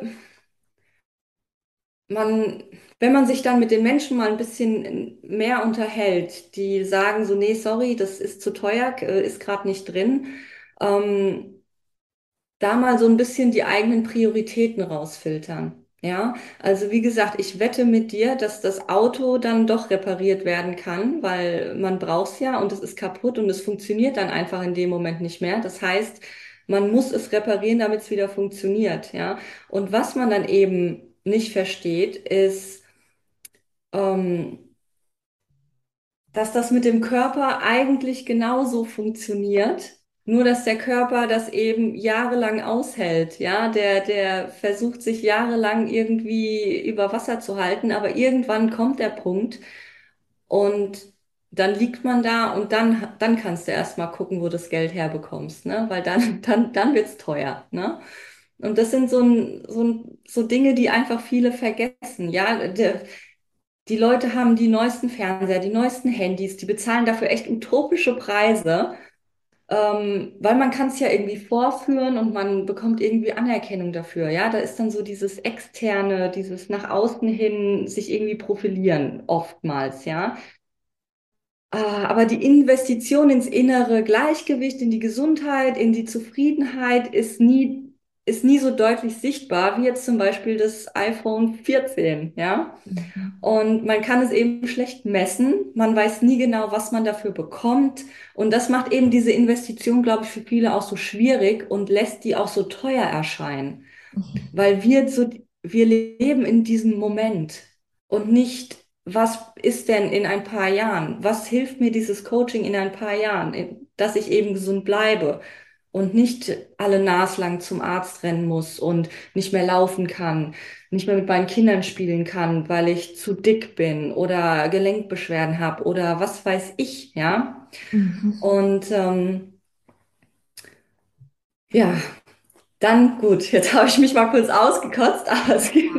Speaker 2: man, wenn man sich dann mit den Menschen mal ein bisschen mehr unterhält, die sagen so, nee, sorry, das ist zu teuer, äh, ist gerade nicht drin, ähm, da mal so ein bisschen die eigenen Prioritäten rausfiltern. Ja, also wie gesagt, ich wette mit dir, dass das Auto dann doch repariert werden kann, weil man braucht es ja und es ist kaputt und es funktioniert dann einfach in dem Moment nicht mehr. Das heißt, man muss es reparieren, damit es wieder funktioniert. Ja, und was man dann eben nicht versteht, ist, ähm, dass das mit dem Körper eigentlich genauso funktioniert, nur dass der Körper das eben jahrelang aushält, ja, der, der versucht sich jahrelang irgendwie über Wasser zu halten, aber irgendwann kommt der Punkt und dann liegt man da und dann, dann kannst du erst mal gucken, wo du das Geld herbekommst, ne, weil dann, dann, dann wird's teuer, ne. Und das sind so, ein, so, ein, so Dinge, die einfach viele vergessen. Ja, der, die Leute haben die neuesten Fernseher, die neuesten Handys, die bezahlen dafür echt utopische Preise, ähm, weil man kann es ja irgendwie vorführen und man bekommt irgendwie Anerkennung dafür. Ja, da ist dann so dieses Externe, dieses nach außen hin sich irgendwie profilieren, oftmals, ja. Ah, aber die Investition ins innere Gleichgewicht, in die Gesundheit, in die Zufriedenheit ist nie. ist nie so deutlich sichtbar wie jetzt zum Beispiel das iPhone vierzehn, ja.
Speaker 1: Mhm.
Speaker 2: Und man kann es eben schlecht messen. Man weiß nie genau, was man dafür bekommt. Und das macht eben diese Investition, glaube ich, für viele auch so schwierig und lässt die auch so teuer erscheinen. Weil wir so, wir leben in diesem Moment und nicht, was ist denn in ein paar Jahren? Was hilft mir dieses Coaching in ein paar Jahren, in- dass ich eben gesund bleibe und nicht alle naslang zum Arzt rennen muss und nicht mehr laufen kann, nicht mehr mit meinen Kindern spielen kann, weil ich zu dick bin oder Gelenkbeschwerden habe oder was weiß ich, ja?
Speaker 1: Mhm.
Speaker 2: Und ähm, ja, dann gut, jetzt habe ich mich mal kurz ausgekotzt, aber es gibt,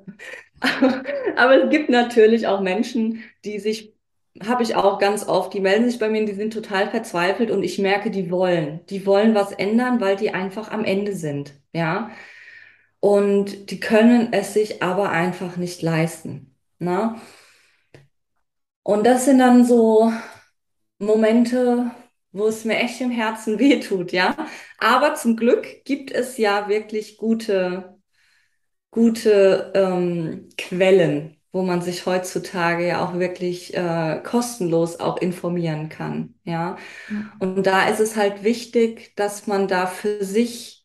Speaker 2: aber es gibt natürlich auch Menschen, die sich, habe ich auch ganz oft, die melden sich bei mir, die sind total verzweifelt und ich merke, die wollen, die wollen was ändern, weil die einfach am Ende sind, ja. Und die können es sich aber einfach nicht leisten, ne? Und das sind dann so Momente, wo es mir echt im Herzen wehtut, ja. Aber zum Glück gibt es ja wirklich gute gute ähm, Quellen, wo man sich heutzutage ja auch wirklich äh, kostenlos auch informieren kann. Ja,
Speaker 1: Ja.
Speaker 2: und da ist es halt wichtig, dass man da für sich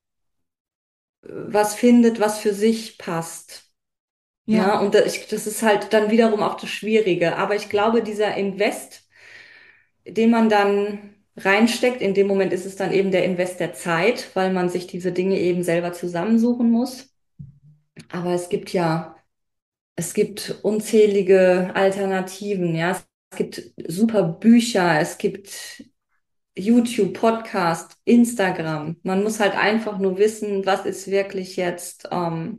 Speaker 2: äh, was findet, was für sich passt.
Speaker 1: Ja.
Speaker 2: Na, und das, ich, das ist halt dann wiederum auch das Schwierige. Aber ich glaube, dieser Invest, den man dann reinsteckt, in dem Moment ist es dann eben der Invest der Zeit, weil man sich diese Dinge eben selber zusammensuchen muss. Aber es gibt ja Es gibt unzählige Alternativen, ja. Es gibt super Bücher, es gibt YouTube, Podcast, Instagram. Man muss halt einfach nur wissen, was ist wirklich jetzt, ähm,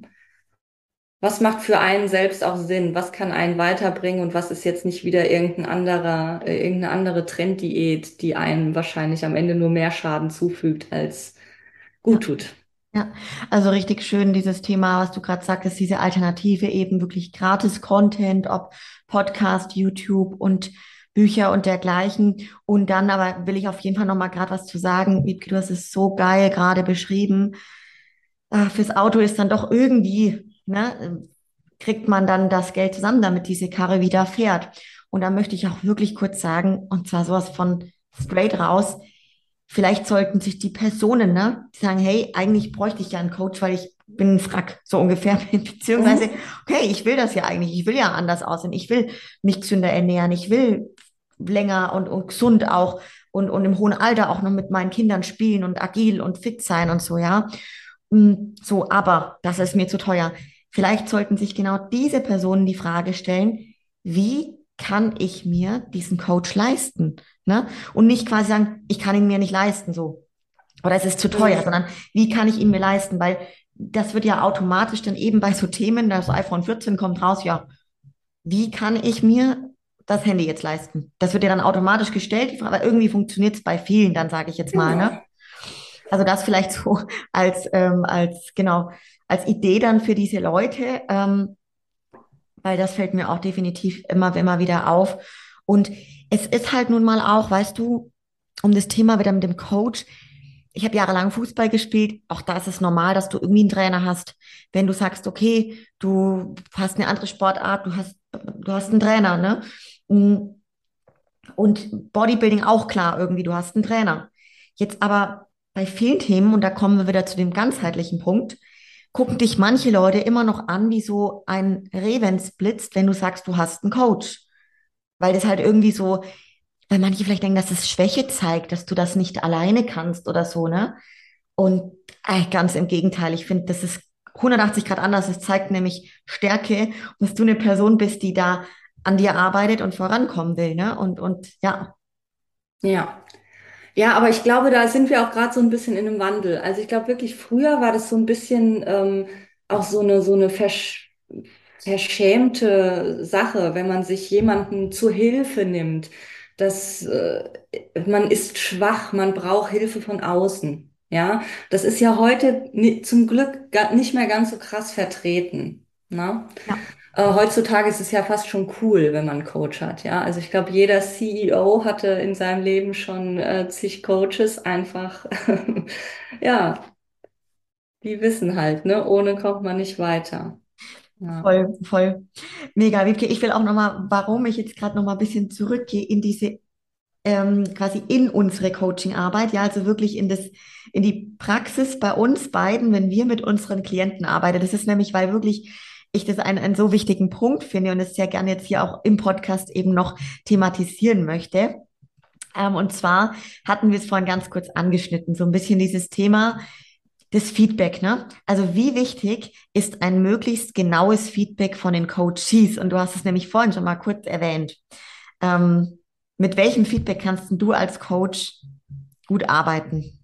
Speaker 2: was macht für einen selbst auch Sinn, was kann einen weiterbringen und was ist jetzt nicht wieder irgendein anderer, äh, irgendeine andere Trenddiät, die einem wahrscheinlich am Ende nur mehr Schaden zufügt als gut
Speaker 1: Ja.
Speaker 2: tut.
Speaker 1: Ja, also richtig schön dieses Thema, was du gerade sagtest, diese Alternative eben wirklich Gratis-Content, ob Podcast, YouTube und Bücher und dergleichen. Und dann aber will ich auf jeden Fall noch mal gerade was zu sagen. Wiebke, du hast es so geil gerade beschrieben. Ah, fürs Auto ist dann doch irgendwie, ne, kriegt man dann das Geld zusammen, damit diese Karre wieder fährt. Und da möchte ich auch wirklich kurz sagen, und zwar sowas von straight raus. Vielleicht sollten sich die Personen, ne, die sagen, hey, eigentlich bräuchte ich ja einen Coach, weil ich bin ein Frack, so ungefähr, beziehungsweise,
Speaker 2: Mhm.
Speaker 1: okay, ich will das ja eigentlich, ich will ja anders aussehen, ich will mich gesünder ernähren, ich will länger und, und gesund auch und, und im hohen Alter auch noch mit meinen Kindern spielen und agil und fit sein und so, ja. Mm, So, aber das ist mir zu teuer. Vielleicht sollten sich genau diese Personen die Frage stellen, wie kann ich mir diesen Coach leisten? Ne? Und nicht quasi sagen, ich kann ihn mir nicht leisten, so. Oder es ist zu teuer,
Speaker 2: Mhm.
Speaker 1: sondern wie kann ich ihn mir leisten? Weil das wird ja automatisch dann eben bei so Themen, das iPhone vierzehn kommt raus, ja, wie kann ich mir das Handy jetzt leisten? Das wird ja dann automatisch gestellt, die Frage, aber irgendwie funktioniert es bei vielen, dann sage ich jetzt mal, ne?
Speaker 2: Genau.
Speaker 1: Also das vielleicht so als, ähm, als, genau, als Idee dann für diese Leute, ähm, weil das fällt mir auch definitiv immer, immer wieder auf. Und es ist halt nun mal auch, weißt du, um das Thema wieder mit dem Coach. Ich habe jahrelang Fußball gespielt. Auch da ist es normal, dass du irgendwie einen Trainer hast. Wenn du sagst, okay, du hast eine andere Sportart, du hast, du hast einen Trainer, ne? Und Bodybuilding auch klar, irgendwie, du hast einen Trainer. Jetzt aber bei vielen Themen, und da kommen wir wieder zu dem ganzheitlichen Punkt, gucken dich manche Leute immer noch an wie so ein Revensblitz, wenn du sagst, du hast einen Coach. Weil das halt irgendwie so, weil manche vielleicht denken, dass es Schwäche zeigt, dass du das nicht alleine kannst oder so, ne? Und äh, ganz im Gegenteil, ich finde, das ist hundertachtzig Grad anders. Es zeigt nämlich Stärke, dass du eine Person bist, die da an dir arbeitet und vorankommen will, ne? Und, und ja,
Speaker 2: Ja. Ja, aber ich glaube, da sind wir auch gerade so ein bisschen in einem Wandel. Also ich glaube wirklich, früher war das so ein bisschen ähm, auch so eine, so eine versch verschämte Sache, wenn man sich jemanden zur Hilfe nimmt. Das, äh, man ist schwach, man braucht Hilfe von außen. Ja, das ist ja heute ni- zum Glück ga- nicht mehr ganz so krass vertreten. Ne?
Speaker 1: ja,
Speaker 2: Äh, heutzutage ist es ja fast schon cool, wenn man einen Coach hat, ja. Also ich glaube, jeder C E O hatte in seinem Leben schon äh, zig Coaches einfach, ja, die wissen halt, ne, ohne kommt man nicht weiter. Ja.
Speaker 1: Voll, voll. Mega, Wiebke. Ich will auch nochmal, warum ich jetzt gerade nochmal ein bisschen zurückgehe in diese, ähm, quasi in unsere Coaching-Arbeit, ja, also wirklich in das, in die Praxis bei uns beiden, wenn wir mit unseren Klienten arbeiten. Das ist nämlich, weil wirklich ich das einen, einen so wichtigen Punkt finde und es sehr gerne jetzt hier auch im Podcast eben noch thematisieren möchte. Ähm, und zwar hatten wir es vorhin ganz kurz angeschnitten, so ein bisschen dieses Thema des Feedback, ne? Also wie wichtig ist ein möglichst genaues Feedback von den Coaches? Und du hast es nämlich vorhin schon mal kurz erwähnt. Ähm, mit welchem Feedback kannst denn du als Coach gut arbeiten?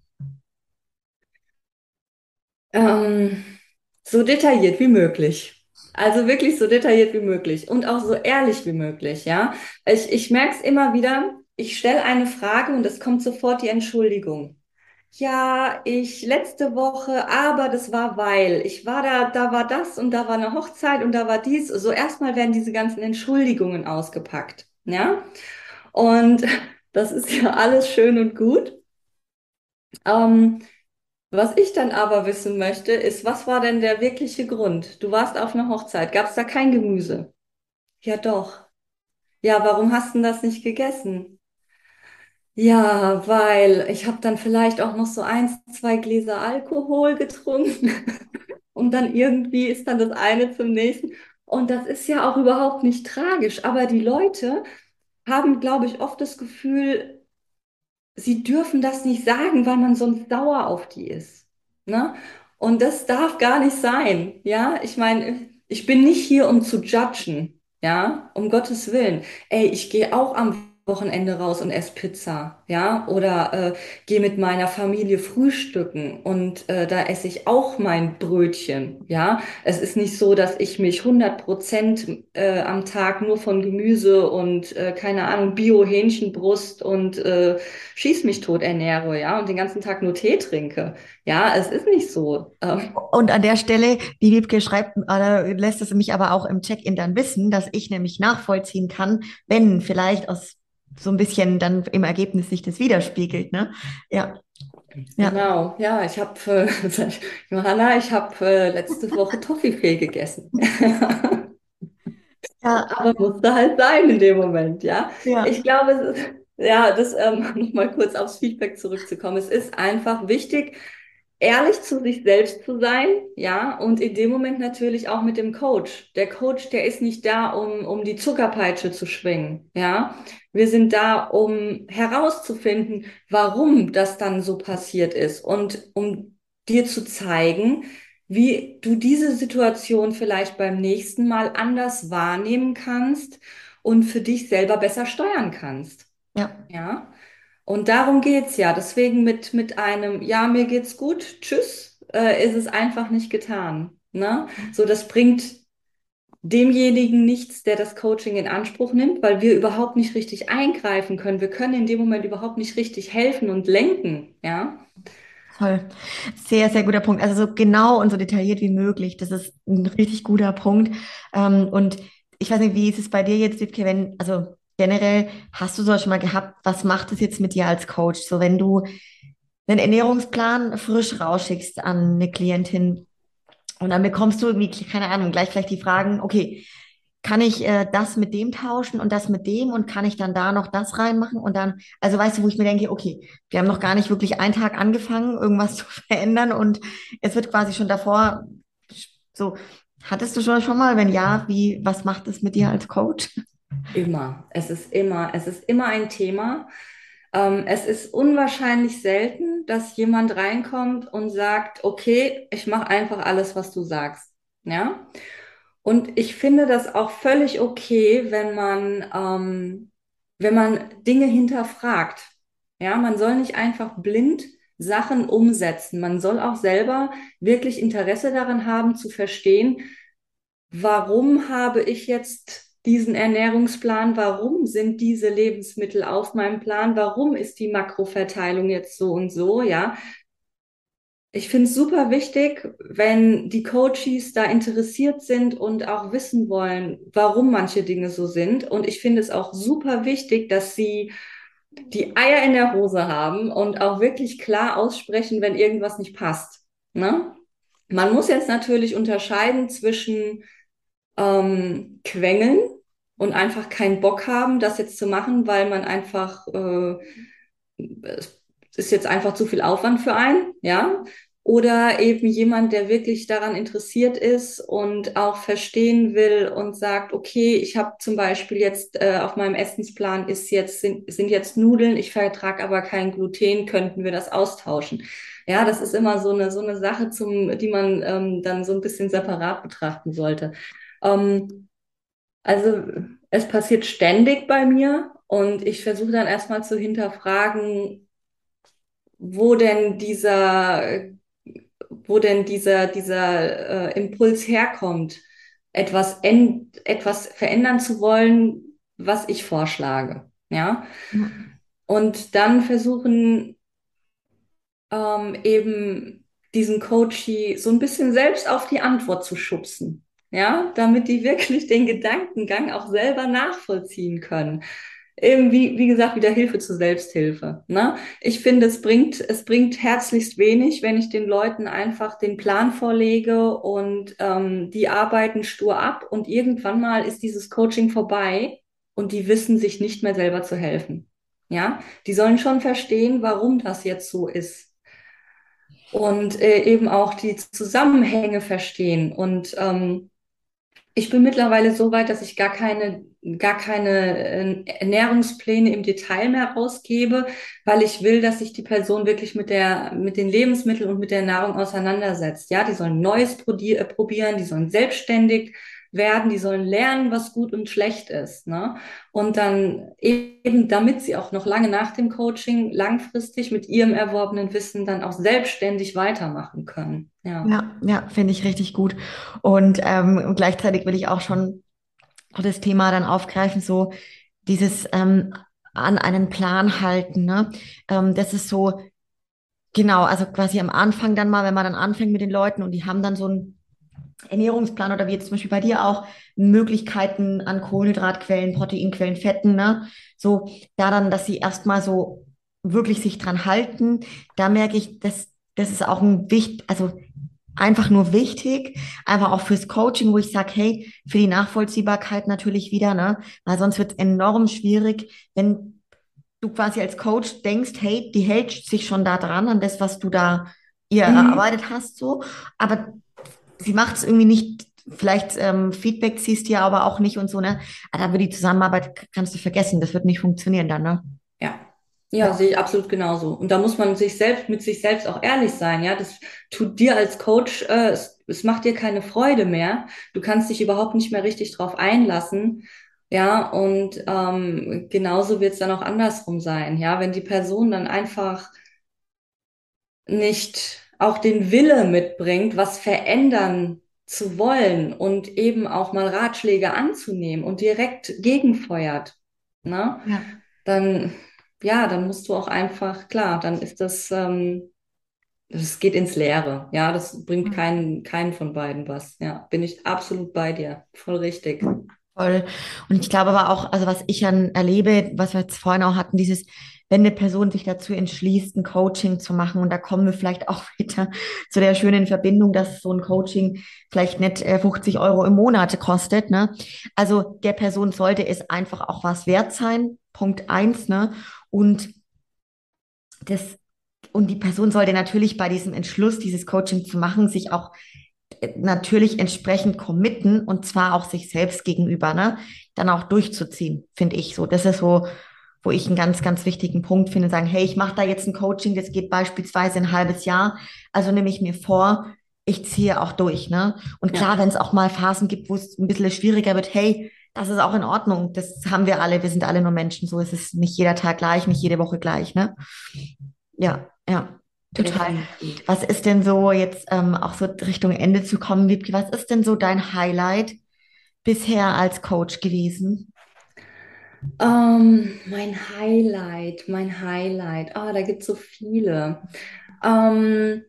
Speaker 2: Ähm, so detailliert wie möglich. Also wirklich so detailliert wie möglich und auch so ehrlich wie möglich, ja. Ich, ich merke es immer wieder, ich stelle eine Frage und es kommt sofort die Entschuldigung. Ja, ich letzte Woche, aber das war weil. Ich war da, da war das und da war eine Hochzeit und da war dies. So erstmal werden diese ganzen Entschuldigungen ausgepackt, ja. Und das ist ja alles schön und gut. Ähm, Was ich dann aber wissen möchte, ist, was war denn der wirkliche Grund? Du warst auf einer Hochzeit, gab es da kein Gemüse? Ja, doch. Ja, warum hast du denn das nicht gegessen? Ja, weil ich habe dann vielleicht auch noch so eins, zwei Gläser Alkohol getrunken und dann irgendwie ist dann das eine zum nächsten. Und das ist ja auch überhaupt nicht tragisch, aber die Leute haben, glaube ich, oft das Gefühl, sie dürfen das nicht sagen, weil man sonst sauer auf die ist. Ne? Und das darf gar nicht sein. Ja, ich meine, ich bin nicht hier, um zu judgen. Ja, um Gottes Willen. Ey, ich gehe auch am Wochenende raus und esse Pizza. Ja, oder äh, gehe mit meiner Familie frühstücken und äh, da esse ich auch mein Brötchen. Ja, es ist nicht so, dass ich mich hundert Prozent äh, am Tag nur von Gemüse und äh, keine Ahnung, Bio-Hähnchenbrust und äh, schieß mich tot ernähre, ja, und den ganzen Tag nur Tee trinke. Ja, es ist nicht so. Ähm,
Speaker 1: Und an der Stelle, die Wiebke schreibt, äh, lässt es mich aber auch im Check-in dann wissen, dass ich nämlich nachvollziehen kann, wenn vielleicht aus so ein bisschen dann im Ergebnis sich das widerspiegelt, ne? Ja, ja,
Speaker 2: genau, ja, ich habe, äh, Johanna, ich habe äh, letzte Woche Toffifee gegessen.
Speaker 1: ja,
Speaker 2: Aber musste halt sein in dem Moment, ja.
Speaker 1: ja,
Speaker 2: Ich glaube, es ist, ja, das, ähm, nochmal kurz aufs Feedback zurückzukommen. Es ist einfach wichtig, ehrlich zu sich selbst zu sein, ja, und in dem Moment natürlich auch mit dem Coach. Der Coach, der ist nicht da, um, um die Zuckerpeitsche zu schwingen, ja. Wir sind da, um herauszufinden, warum das dann so passiert ist und um dir zu zeigen, wie du diese Situation vielleicht beim nächsten Mal anders wahrnehmen kannst und für dich selber besser steuern kannst.
Speaker 1: ja.
Speaker 2: Ja, und darum geht's ja. Deswegen mit, mit einem, ja, mir geht's gut, tschüss, äh, ist es einfach nicht getan. Ne? So, das bringt demjenigen nichts, der das Coaching in Anspruch nimmt, weil wir überhaupt nicht richtig eingreifen können. Wir können in dem Moment überhaupt nicht richtig helfen und lenken. Ja,
Speaker 1: Toll. Sehr, sehr guter Punkt. Also so genau und so detailliert wie möglich. Das ist ein richtig guter Punkt. Ähm, und ich weiß nicht, wie ist es bei dir jetzt, Wiebke, wenn, also generell hast du sowas schon mal gehabt, was macht es jetzt mit dir als Coach? So, wenn du einen Ernährungsplan frisch rausschickst an eine Klientin und dann bekommst du irgendwie, keine Ahnung, gleich vielleicht die Fragen, okay, kann ich äh, das mit dem tauschen und das mit dem und kann ich dann da noch das reinmachen und dann, also weißt du, wo ich mir denke, okay, wir haben noch gar nicht wirklich einen Tag angefangen, irgendwas zu verändern und es wird quasi schon davor so, hattest du schon schon mal, wenn ja, wie, was macht es mit dir als Coach?
Speaker 2: immer. Es ist immer, es ist immer ein Thema. Ähm, es ist unwahrscheinlich selten, dass jemand reinkommt und sagt, okay, ich mache einfach alles, was du sagst. Ja. Und ich finde das auch völlig okay, wenn man, ähm, wenn man Dinge hinterfragt. Ja, man soll nicht einfach blind Sachen umsetzen. Man soll auch selber wirklich Interesse daran haben, zu verstehen, warum habe ich jetzt diesen Ernährungsplan? Warum sind diese Lebensmittel auf meinem Plan? Warum ist die Makroverteilung jetzt so und so? Ja, ich finde es super wichtig, wenn die Coaches da interessiert sind und auch wissen wollen, warum manche Dinge so sind. Und ich finde es auch super wichtig, dass sie die Eier in der Hose haben und auch wirklich klar aussprechen, wenn irgendwas nicht passt. Ne? Man muss jetzt natürlich unterscheiden zwischen ähm, Quengeln und einfach keinen Bock haben, das jetzt zu machen, weil man einfach, äh, es ist jetzt einfach zu viel Aufwand für einen, ja. Oder eben jemand, der wirklich daran interessiert ist und auch verstehen will und sagt, okay, ich habe zum Beispiel jetzt äh, auf meinem Essensplan ist jetzt, sind, sind jetzt Nudeln, ich vertrage aber kein Gluten, könnten wir das austauschen? Ja, das ist immer so eine, so eine Sache, zum, die man ähm, dann so ein bisschen separat betrachten sollte. Ähm, also es passiert ständig bei mir und ich versuche dann erstmal zu hinterfragen, wo denn dieser, wo denn dieser, dieser äh, Impuls herkommt, etwas, en etwas verändern zu wollen, was ich vorschlage. Ja.
Speaker 1: Ja.
Speaker 2: Und dann versuchen, ähm, eben diesen Coachie so ein bisschen selbst auf die Antwort zu schubsen. Ja, damit die wirklich den Gedankengang auch selber nachvollziehen können. Eben wie, wie gesagt, wieder Hilfe zur Selbsthilfe. Ne? Ich finde, es bringt, es bringt herzlichst wenig, wenn ich den Leuten einfach den Plan vorlege und ähm, die arbeiten stur ab und irgendwann mal ist dieses Coaching vorbei und die wissen sich nicht mehr selber zu helfen. Ja, die sollen schon verstehen, warum das jetzt so ist und äh, eben auch die Zusammenhänge verstehen. Und ähm, ich bin mittlerweile so weit, dass ich gar keine, gar keine äh, Ernährungspläne im Detail mehr rausgebe, weil ich will, dass sich die Person wirklich mit der, mit den Lebensmitteln und mit der Nahrung auseinandersetzt. Ja, die sollen Neues prodi- äh, probieren, die sollen selbstständig werden, die sollen lernen, was gut und schlecht ist, ne? Und dann eben, damit sie auch noch lange nach dem Coaching langfristig mit ihrem erworbenen Wissen dann auch selbstständig weitermachen können. Ja.
Speaker 1: Ja, ja, finde ich richtig gut. Und ähm, gleichzeitig will ich auch schon das Thema dann aufgreifen, so dieses ähm, an einen Plan halten, ne? Ähm, das ist so, genau, also quasi am Anfang dann mal, wenn man dann anfängt mit den Leuten und die haben dann so einen Ernährungsplan oder wie jetzt zum Beispiel bei dir auch Möglichkeiten an Kohlenhydratquellen, Proteinquellen, Fetten, ne? So, da dann, dass sie erstmal so wirklich sich dran halten, da merke ich, dass das ist auch ein wichtig, also einfach nur wichtig, einfach auch fürs Coaching, wo ich sage, hey, für die Nachvollziehbarkeit natürlich wieder, ne? Weil sonst wird es enorm schwierig, wenn du quasi als Coach denkst, hey, die hält sich schon da dran an das, was du da ihr
Speaker 2: Mhm.
Speaker 1: erarbeitet hast, so, aber sie macht es irgendwie nicht, vielleicht ähm, Feedback ziehst du ja aber auch nicht und so, ne? Aber da wird die Zusammenarbeit, k- kannst du vergessen, das wird nicht funktionieren dann, ne?
Speaker 2: Ja, ja,
Speaker 1: Ja.
Speaker 2: sehe ich absolut genauso. Und da muss man sich selbst mit sich selbst auch ehrlich sein. Ja, das tut dir als Coach, äh, es, es macht dir keine Freude mehr. Du kannst dich überhaupt nicht mehr richtig drauf einlassen. Ja, und ähm, genauso wird es dann auch andersrum sein. Ja, wenn die Person dann einfach nicht auch den Wille mitbringt, was verändern zu wollen und eben auch mal Ratschläge anzunehmen und direkt gegenfeuert, ne?
Speaker 1: Ja.
Speaker 2: Dann, ja, dann musst du auch einfach, klar, dann ist das, ähm, es geht ins Leere. Ja, das bringt keinen, keinen von beiden was. Ja, bin ich absolut bei dir. Voll richtig.
Speaker 1: Voll. Und ich glaube aber auch, also was ich dann erlebe, was wir jetzt vorhin auch hatten, dieses, wenn eine Person sich dazu entschließt, ein Coaching zu machen, und da kommen wir vielleicht auch wieder zu der schönen Verbindung, dass so ein Coaching vielleicht nicht äh, fünfzig Euro im Monat kostet, ne? Also der Person sollte es einfach auch was wert sein, Punkt eins, ne? Und das, und die Person sollte natürlich bei diesem Entschluss, dieses Coaching zu machen, sich auch natürlich entsprechend committen und zwar auch sich selbst gegenüber, ne? Dann auch durchzuziehen, finde ich so. Das ist so, wo ich einen ganz, ganz wichtigen Punkt finde, sagen, hey, ich mache da jetzt ein Coaching, das geht beispielsweise ein halbes Jahr, also nehme ich mir vor, ich ziehe auch durch, ne? Und klar,
Speaker 2: Ja,
Speaker 1: wenn es auch mal Phasen gibt, wo es ein bisschen schwieriger wird, hey, das ist auch in Ordnung. Das haben wir alle. Wir sind alle nur Menschen. So ist es nicht jeder Tag gleich, nicht jede Woche gleich, ne? Ja, ja, total.
Speaker 2: definitiv.
Speaker 1: Was ist denn so jetzt ähm, auch so Richtung Ende zu kommen, Wiebke, was ist denn so dein Highlight bisher als Coach gewesen?
Speaker 2: Ähm, mein Highlight, mein Highlight. Ah, da gibt es so viele. Ähm,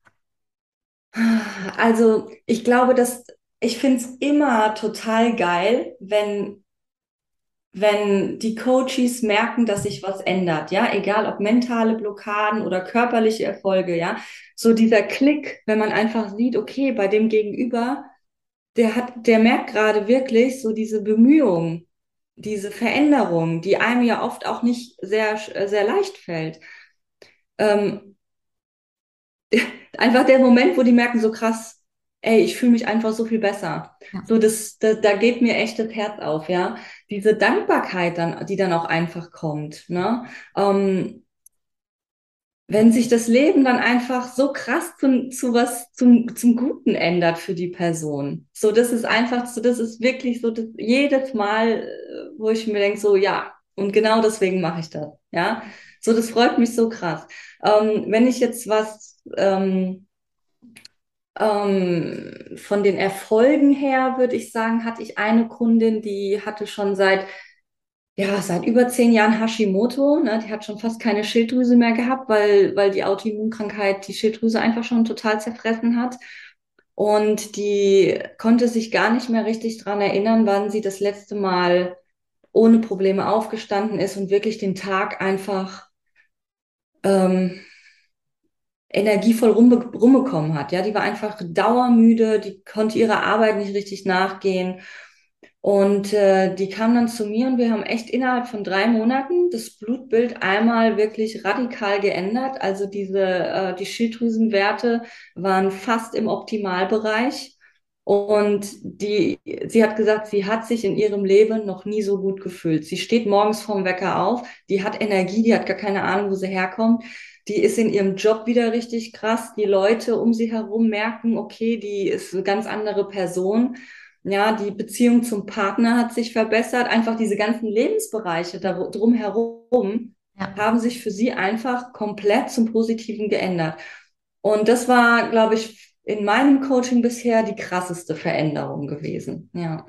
Speaker 2: also, ich glaube, dass ich finde es immer total geil, wenn wenn die Coaches merken, dass sich was ändert, ja, egal ob mentale Blockaden oder körperliche Erfolge, ja, so dieser Klick, wenn man einfach sieht, okay, bei dem Gegenüber, der hat, der merkt gerade wirklich so diese Bemühung, diese Veränderung, die einem ja oft auch nicht sehr, sehr leicht fällt. Ähm, Einfach der Moment, wo die merken, so krass, ey, ich fühle mich einfach so viel besser.
Speaker 1: Ja.
Speaker 2: So, das, da, da geht mir echt das Herz auf, ja. Diese Dankbarkeit dann, die dann auch einfach kommt, ne? Ähm, wenn sich das Leben dann einfach so krass zum, zu was zum, zum Guten ändert für die Person. So, das ist einfach so, das ist wirklich so, das, jedes Mal, äh, wo ich mir denke, so, ja, und genau deswegen mache ich das, ja. So, das freut mich so krass. Ähm, wenn ich jetzt was, ähm, ähm, von den Erfolgen her würde ich sagen, hatte ich eine Kundin, die hatte schon seit, ja, seit über zehn Jahren Hashimoto, ne? Die hat schon fast keine Schilddrüse mehr gehabt, weil, weil die Autoimmunkrankheit die Schilddrüse einfach schon total zerfressen hat. Und die konnte sich gar nicht mehr richtig dran erinnern, wann sie das letzte Mal ohne Probleme aufgestanden ist und wirklich den Tag einfach ähm, energievoll rumbe rumbekommen hat. Ja, die war einfach dauermüde, die konnte ihrer Arbeit nicht richtig nachgehen. Und äh, die kam dann zu mir und wir haben echt innerhalb von drei Monaten das Blutbild einmal wirklich radikal geändert. Also diese, äh, die Schilddrüsenwerte waren fast im Optimalbereich. Und die, sie hat gesagt, sie hat sich in ihrem Leben noch nie so gut gefühlt. Sie steht morgens vorm Wecker auf, die hat Energie, die hat gar keine Ahnung, wo sie herkommt. Die ist in ihrem Job wieder richtig krass. Die Leute um sie herum merken, okay, die ist eine ganz andere Person. Ja, die Beziehung zum Partner hat sich verbessert. Einfach diese ganzen Lebensbereiche da drumherum
Speaker 1: Ja.
Speaker 2: haben sich für sie einfach komplett zum Positiven geändert. Und das war, glaube ich, in meinem Coaching bisher die krasseste Veränderung gewesen. Ja.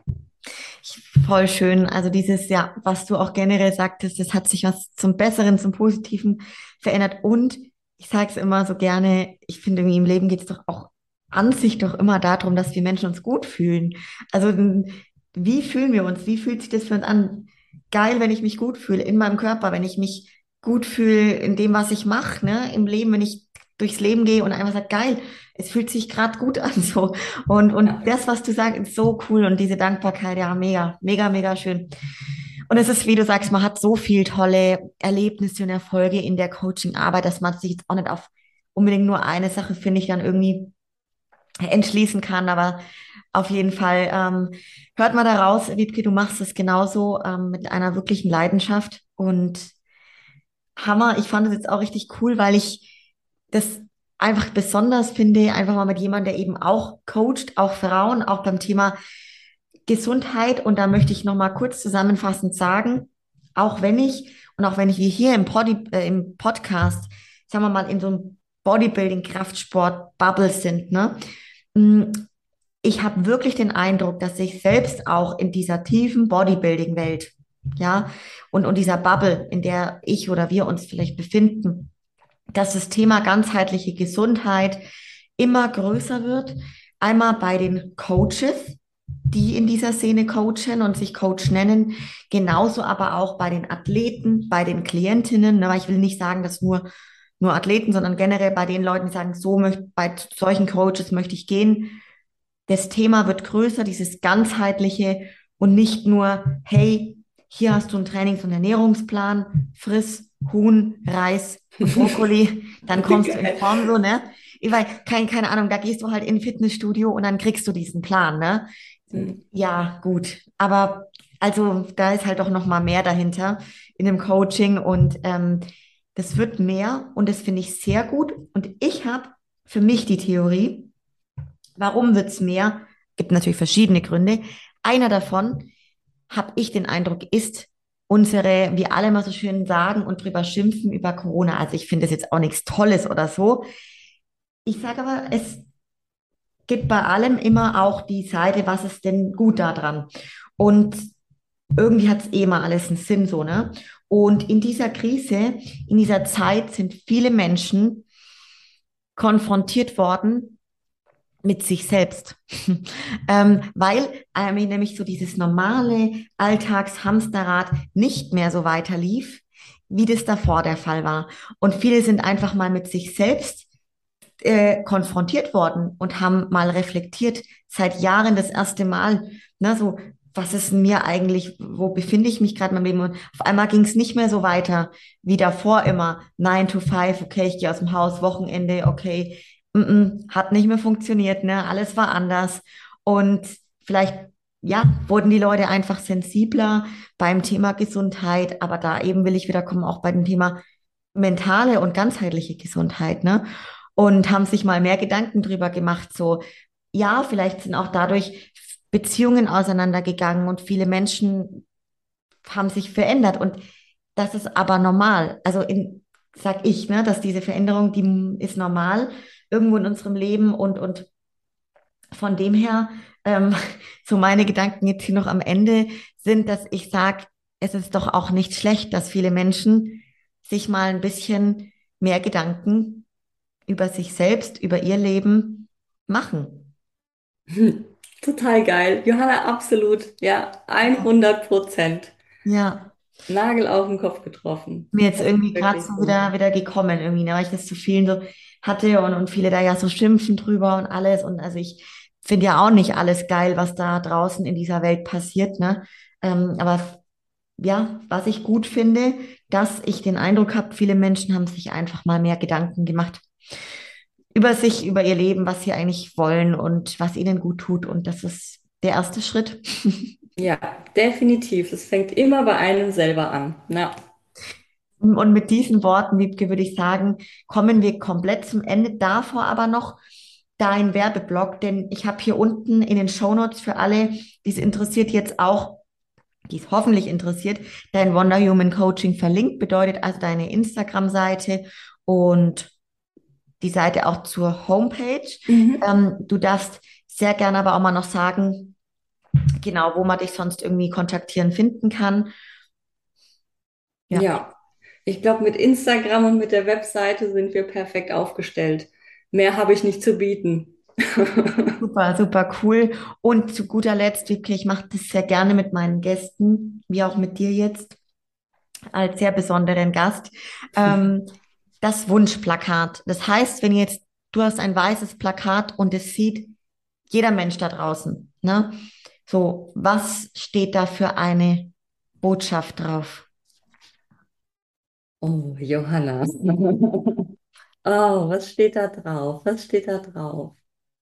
Speaker 1: Voll schön. Also dieses, ja, was du auch generell sagtest, das hat sich was zum Besseren, zum Positiven verändert. Und ich sage es immer so gerne, ich finde, irgendwie im Leben geht es doch auch an sich doch immer darum, dass wir Menschen uns gut fühlen. Also n- wie fühlen wir uns? Wie fühlt sich das für uns an? Geil, wenn ich mich gut fühle in meinem Körper, wenn ich mich gut fühle in dem, was ich mache, ne? Im Leben, wenn ich durchs Leben gehe und einfach sage, geil, es fühlt sich gerade gut an, so. Und, und
Speaker 2: Ja.
Speaker 1: das, was du sagst, ist so cool und diese Dankbarkeit, ja, mega, mega, mega schön. Und es ist, wie du sagst, man hat so viel tolle Erlebnisse und Erfolge in der Coaching-Arbeit, dass man sich jetzt auch nicht auf unbedingt nur eine Sache, finde ich, dann irgendwie entschließen kann. Aber auf jeden Fall ähm, hört mal da raus, Wiebke, du machst es genauso ähm, mit einer wirklichen Leidenschaft. Und Hammer, ich fand es jetzt auch richtig cool, weil ich das einfach besonders finde, einfach mal mit jemandem, der eben auch coacht, auch Frauen, auch beim Thema Gesundheit. Und da möchte ich noch mal kurz zusammenfassend sagen, auch wenn ich und auch wenn ich wie hier im, Podi, äh, im Podcast, sagen wir mal, in so einem Bodybuilding, Kraftsport, Bubble sind, ne? Mm, Ich habe wirklich den Eindruck, dass ich selbst auch in dieser tiefen Bodybuilding-Welt, ja, und, und dieser Bubble, in der ich oder wir uns vielleicht befinden, dass das Thema ganzheitliche Gesundheit immer größer wird. Einmal bei den Coaches, die in dieser Szene coachen und sich Coach nennen, genauso aber auch bei den Athleten, bei den Klientinnen. Ne, weil ich will nicht sagen, dass nur, nur Athleten, sondern generell bei den Leuten, die sagen, so möchte, bei solchen Coaches möchte ich gehen. Das Thema wird größer, dieses ganzheitliche und nicht nur, hey, hier hast du einen Trainings- und Ernährungsplan, friss Huhn, Reis und Brokkoli, dann kommst du in
Speaker 2: Geil.
Speaker 1: Form so, ne? Weil, kein, keine Ahnung, da gehst du halt in ein Fitnessstudio und dann kriegst du diesen Plan, ne? Ja, gut. Aber also da ist halt doch noch mal mehr dahinter in dem Coaching und ähm, das wird mehr und das finde ich sehr gut. Und ich habe für mich die Theorie, warum wird's mehr? Gibt natürlich verschiedene Gründe. Einer davon, habe ich den Eindruck, ist unsere, wie alle mal so schön sagen und drüber schimpfen über Corona. Also ich finde das jetzt auch nichts Tolles oder so. Ich sage aber, es gibt bei allem immer auch die Seite, was ist denn gut daran? Und irgendwie hat es eh mal alles einen Sinn, so, ne? Und in dieser Krise, in dieser Zeit sind viele Menschen konfrontiert worden mit sich selbst. ähm, weil äh, nämlich so dieses normale Alltagshamsterrad nicht mehr so weiter lief, wie das davor der Fall war. Und viele sind einfach mal mit sich selbst äh, konfrontiert worden und haben mal reflektiert, seit Jahren das erste Mal, ne, so, was ist denn mir eigentlich, wo befinde ich mich gerade in meinem Leben? Und auf einmal ging es nicht mehr so weiter wie davor immer. Nine to five, okay, ich gehe aus dem Haus, Wochenende, okay, mm -mm, hat nicht mehr funktioniert, ne? Alles war anders. Und vielleicht, ja, wurden die Leute einfach sensibler beim Thema Gesundheit, aber da eben will ich wieder kommen, auch bei dem Thema mentale und ganzheitliche Gesundheit, ne? Und haben sich mal mehr Gedanken drüber gemacht, so, ja, vielleicht sind auch dadurch Beziehungen auseinandergegangen und viele Menschen haben sich verändert und das ist aber normal. Also in, sag ich, ne, dass diese Veränderung, die ist normal irgendwo in unserem Leben und, und von dem her, ähm, so meine Gedanken jetzt hier noch am Ende sind, dass ich sage, es ist doch auch nicht schlecht, dass viele Menschen sich mal ein bisschen mehr Gedanken über sich selbst, über ihr Leben machen.
Speaker 2: Hm, total geil. Johanna, absolut. Ja, hundert Prozent.
Speaker 1: Ja,
Speaker 2: Nagel auf den Kopf getroffen.
Speaker 1: mir jetzt
Speaker 2: Das ist
Speaker 1: irgendwie gerade
Speaker 2: wirklich
Speaker 1: so
Speaker 2: so.
Speaker 1: wieder, wieder gekommen irgendwie, ne, weil ich das zu vielen so hatte und, und viele da ja so schimpfen drüber und alles. Und also ich finde ja auch nicht alles geil, was da draußen in dieser Welt passiert, ne? Ähm, aber ja, was ich gut finde, dass ich den Eindruck habe, viele Menschen haben sich einfach mal mehr Gedanken gemacht über sich, über ihr Leben, was sie eigentlich wollen und was ihnen gut tut. Und das ist der erste Schritt.
Speaker 2: Ja, definitiv. Es fängt immer bei einem selber an. Ja.
Speaker 1: Und mit diesen Worten, Wiebke, würde ich sagen, kommen wir komplett zum Ende. Davor aber noch dein Werbeblock, denn ich habe hier unten in den Shownotes für alle, die es interessiert, jetzt auch, die es hoffentlich interessiert, dein Wonder Human Coaching verlinkt, bedeutet also deine Instagram-Seite und die Seite auch zur Homepage.
Speaker 2: Mhm.
Speaker 1: Ähm, du darfst sehr gerne aber auch mal noch sagen, genau, wo man dich sonst irgendwie kontaktieren finden kann. Ja,
Speaker 2: Ja, ich glaube, mit Instagram und mit der Webseite sind wir perfekt aufgestellt. Mehr habe ich nicht zu bieten.
Speaker 1: super, super cool. Und zu guter Letzt, Wiebke, ich mache das sehr gerne mit meinen Gästen, wie auch mit dir jetzt als sehr besonderen Gast. Ähm, das Wunschplakat. Das heißt, wenn jetzt, du hast ein weißes Plakat und es sieht jeder Mensch da draußen, ne? So, was steht da für eine Botschaft drauf?
Speaker 2: Oh, Johanna. Oh, was steht da drauf? Was steht da drauf?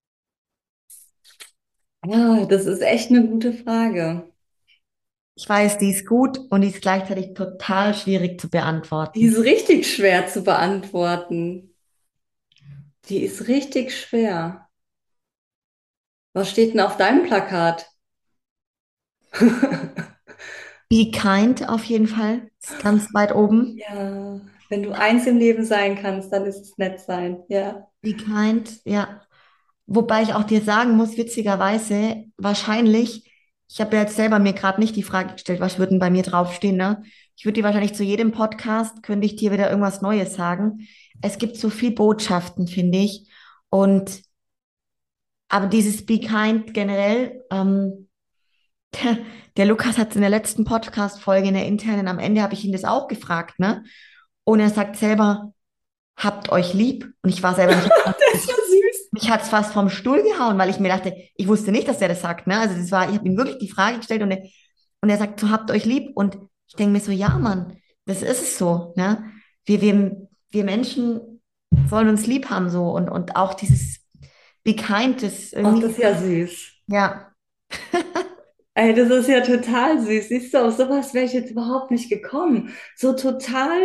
Speaker 2: Ja, das ist echt eine gute Frage.
Speaker 1: Ich weiß, die ist gut und die ist gleichzeitig total schwierig zu
Speaker 2: Die
Speaker 1: beantworten.
Speaker 2: ist richtig schwer zu beantworten. Die ist richtig schwer. Was steht denn auf deinem Plakat?
Speaker 1: Be kind auf jeden Fall, ist ganz weit oben.
Speaker 2: Ja, wenn du eins im Leben sein kannst, dann ist es nett sein. Ja.
Speaker 1: Be kind, ja. Wobei ich auch dir sagen muss, witzigerweise, wahrscheinlich, ich habe ja jetzt selber mir gerade nicht die Frage gestellt, was würde denn bei mir draufstehen, ne? Ich würde dir wahrscheinlich zu jedem Podcast, könnte ich dir wieder irgendwas Neues sagen. Es gibt so viel Botschaften, finde ich. Und, aber dieses Be kind generell, ähm, der, der Lukas hat es in der letzten Podcast-Folge, in der internen, am Ende habe ich ihn das auch gefragt, ne? Und er sagt selber, habt euch lieb. Und ich war selber, mich,
Speaker 2: Das ist ja süß.
Speaker 1: mich hat es fast vom Stuhl gehauen, weil ich mir dachte, ich wusste nicht, dass er das sagt. Ne? Also das war, ich habe ihm wirklich die Frage gestellt und er, und er sagt, so habt euch lieb. Und ich denke mir so, ja, Mann, das ist es so. Ne? Wir, wir, wir Menschen sollen uns lieb haben so und, und auch dieses Be kind, das
Speaker 2: Ach, das
Speaker 1: irgendwie,
Speaker 2: ist ja süß.
Speaker 1: ja,
Speaker 2: Ey, das ist ja total süß. Siehst du, auf sowas wäre ich jetzt überhaupt nicht gekommen. So total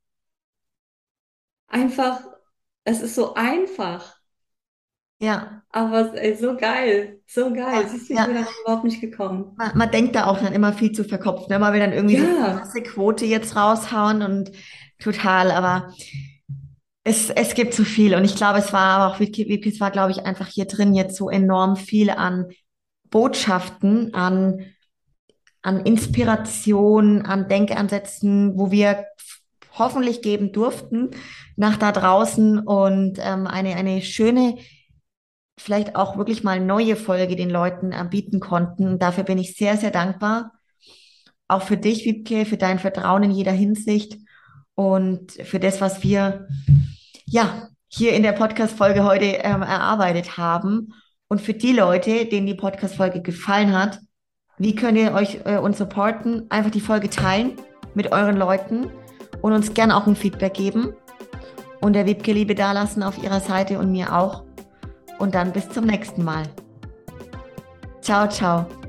Speaker 2: einfach. Es ist so einfach.
Speaker 1: ja,
Speaker 2: Aber ey, so geil. So geil.
Speaker 1: ja,
Speaker 2: Siehst du, ich bin
Speaker 1: ja.
Speaker 2: darauf überhaupt nicht gekommen.
Speaker 1: Man, man denkt da auch dann immer viel zu verkopft. Ne? Man will dann irgendwie so
Speaker 2: Ja.
Speaker 1: krasse Quote jetzt raushauen und total, aber Es, es gibt so viel und ich glaube, es war aber auch, Wiki- Wiki, es war, glaube ich, einfach hier drin jetzt so enorm viel an Botschaften, an, an Inspiration, an Denkansätzen, wo wir hoffentlich geben durften nach da draußen und ähm, eine, eine schöne vielleicht auch wirklich mal neue Folge den Leuten äh, bieten konnten. Und dafür bin ich sehr, sehr dankbar. Auch für dich, Wiebke, für dein Vertrauen in jeder Hinsicht und für das, was wir ja hier in der Podcast-Folge heute ähm, erarbeitet haben. Und für die Leute, denen die Podcast-Folge gefallen hat, wie könnt ihr euch äh, uns supporten? Einfach die Folge teilen mit euren Leuten und uns gern auch ein Feedback geben und der Wiebke Liebe dalassen auf ihrer Seite und mir auch. Und dann bis zum nächsten Mal. Ciao, ciao.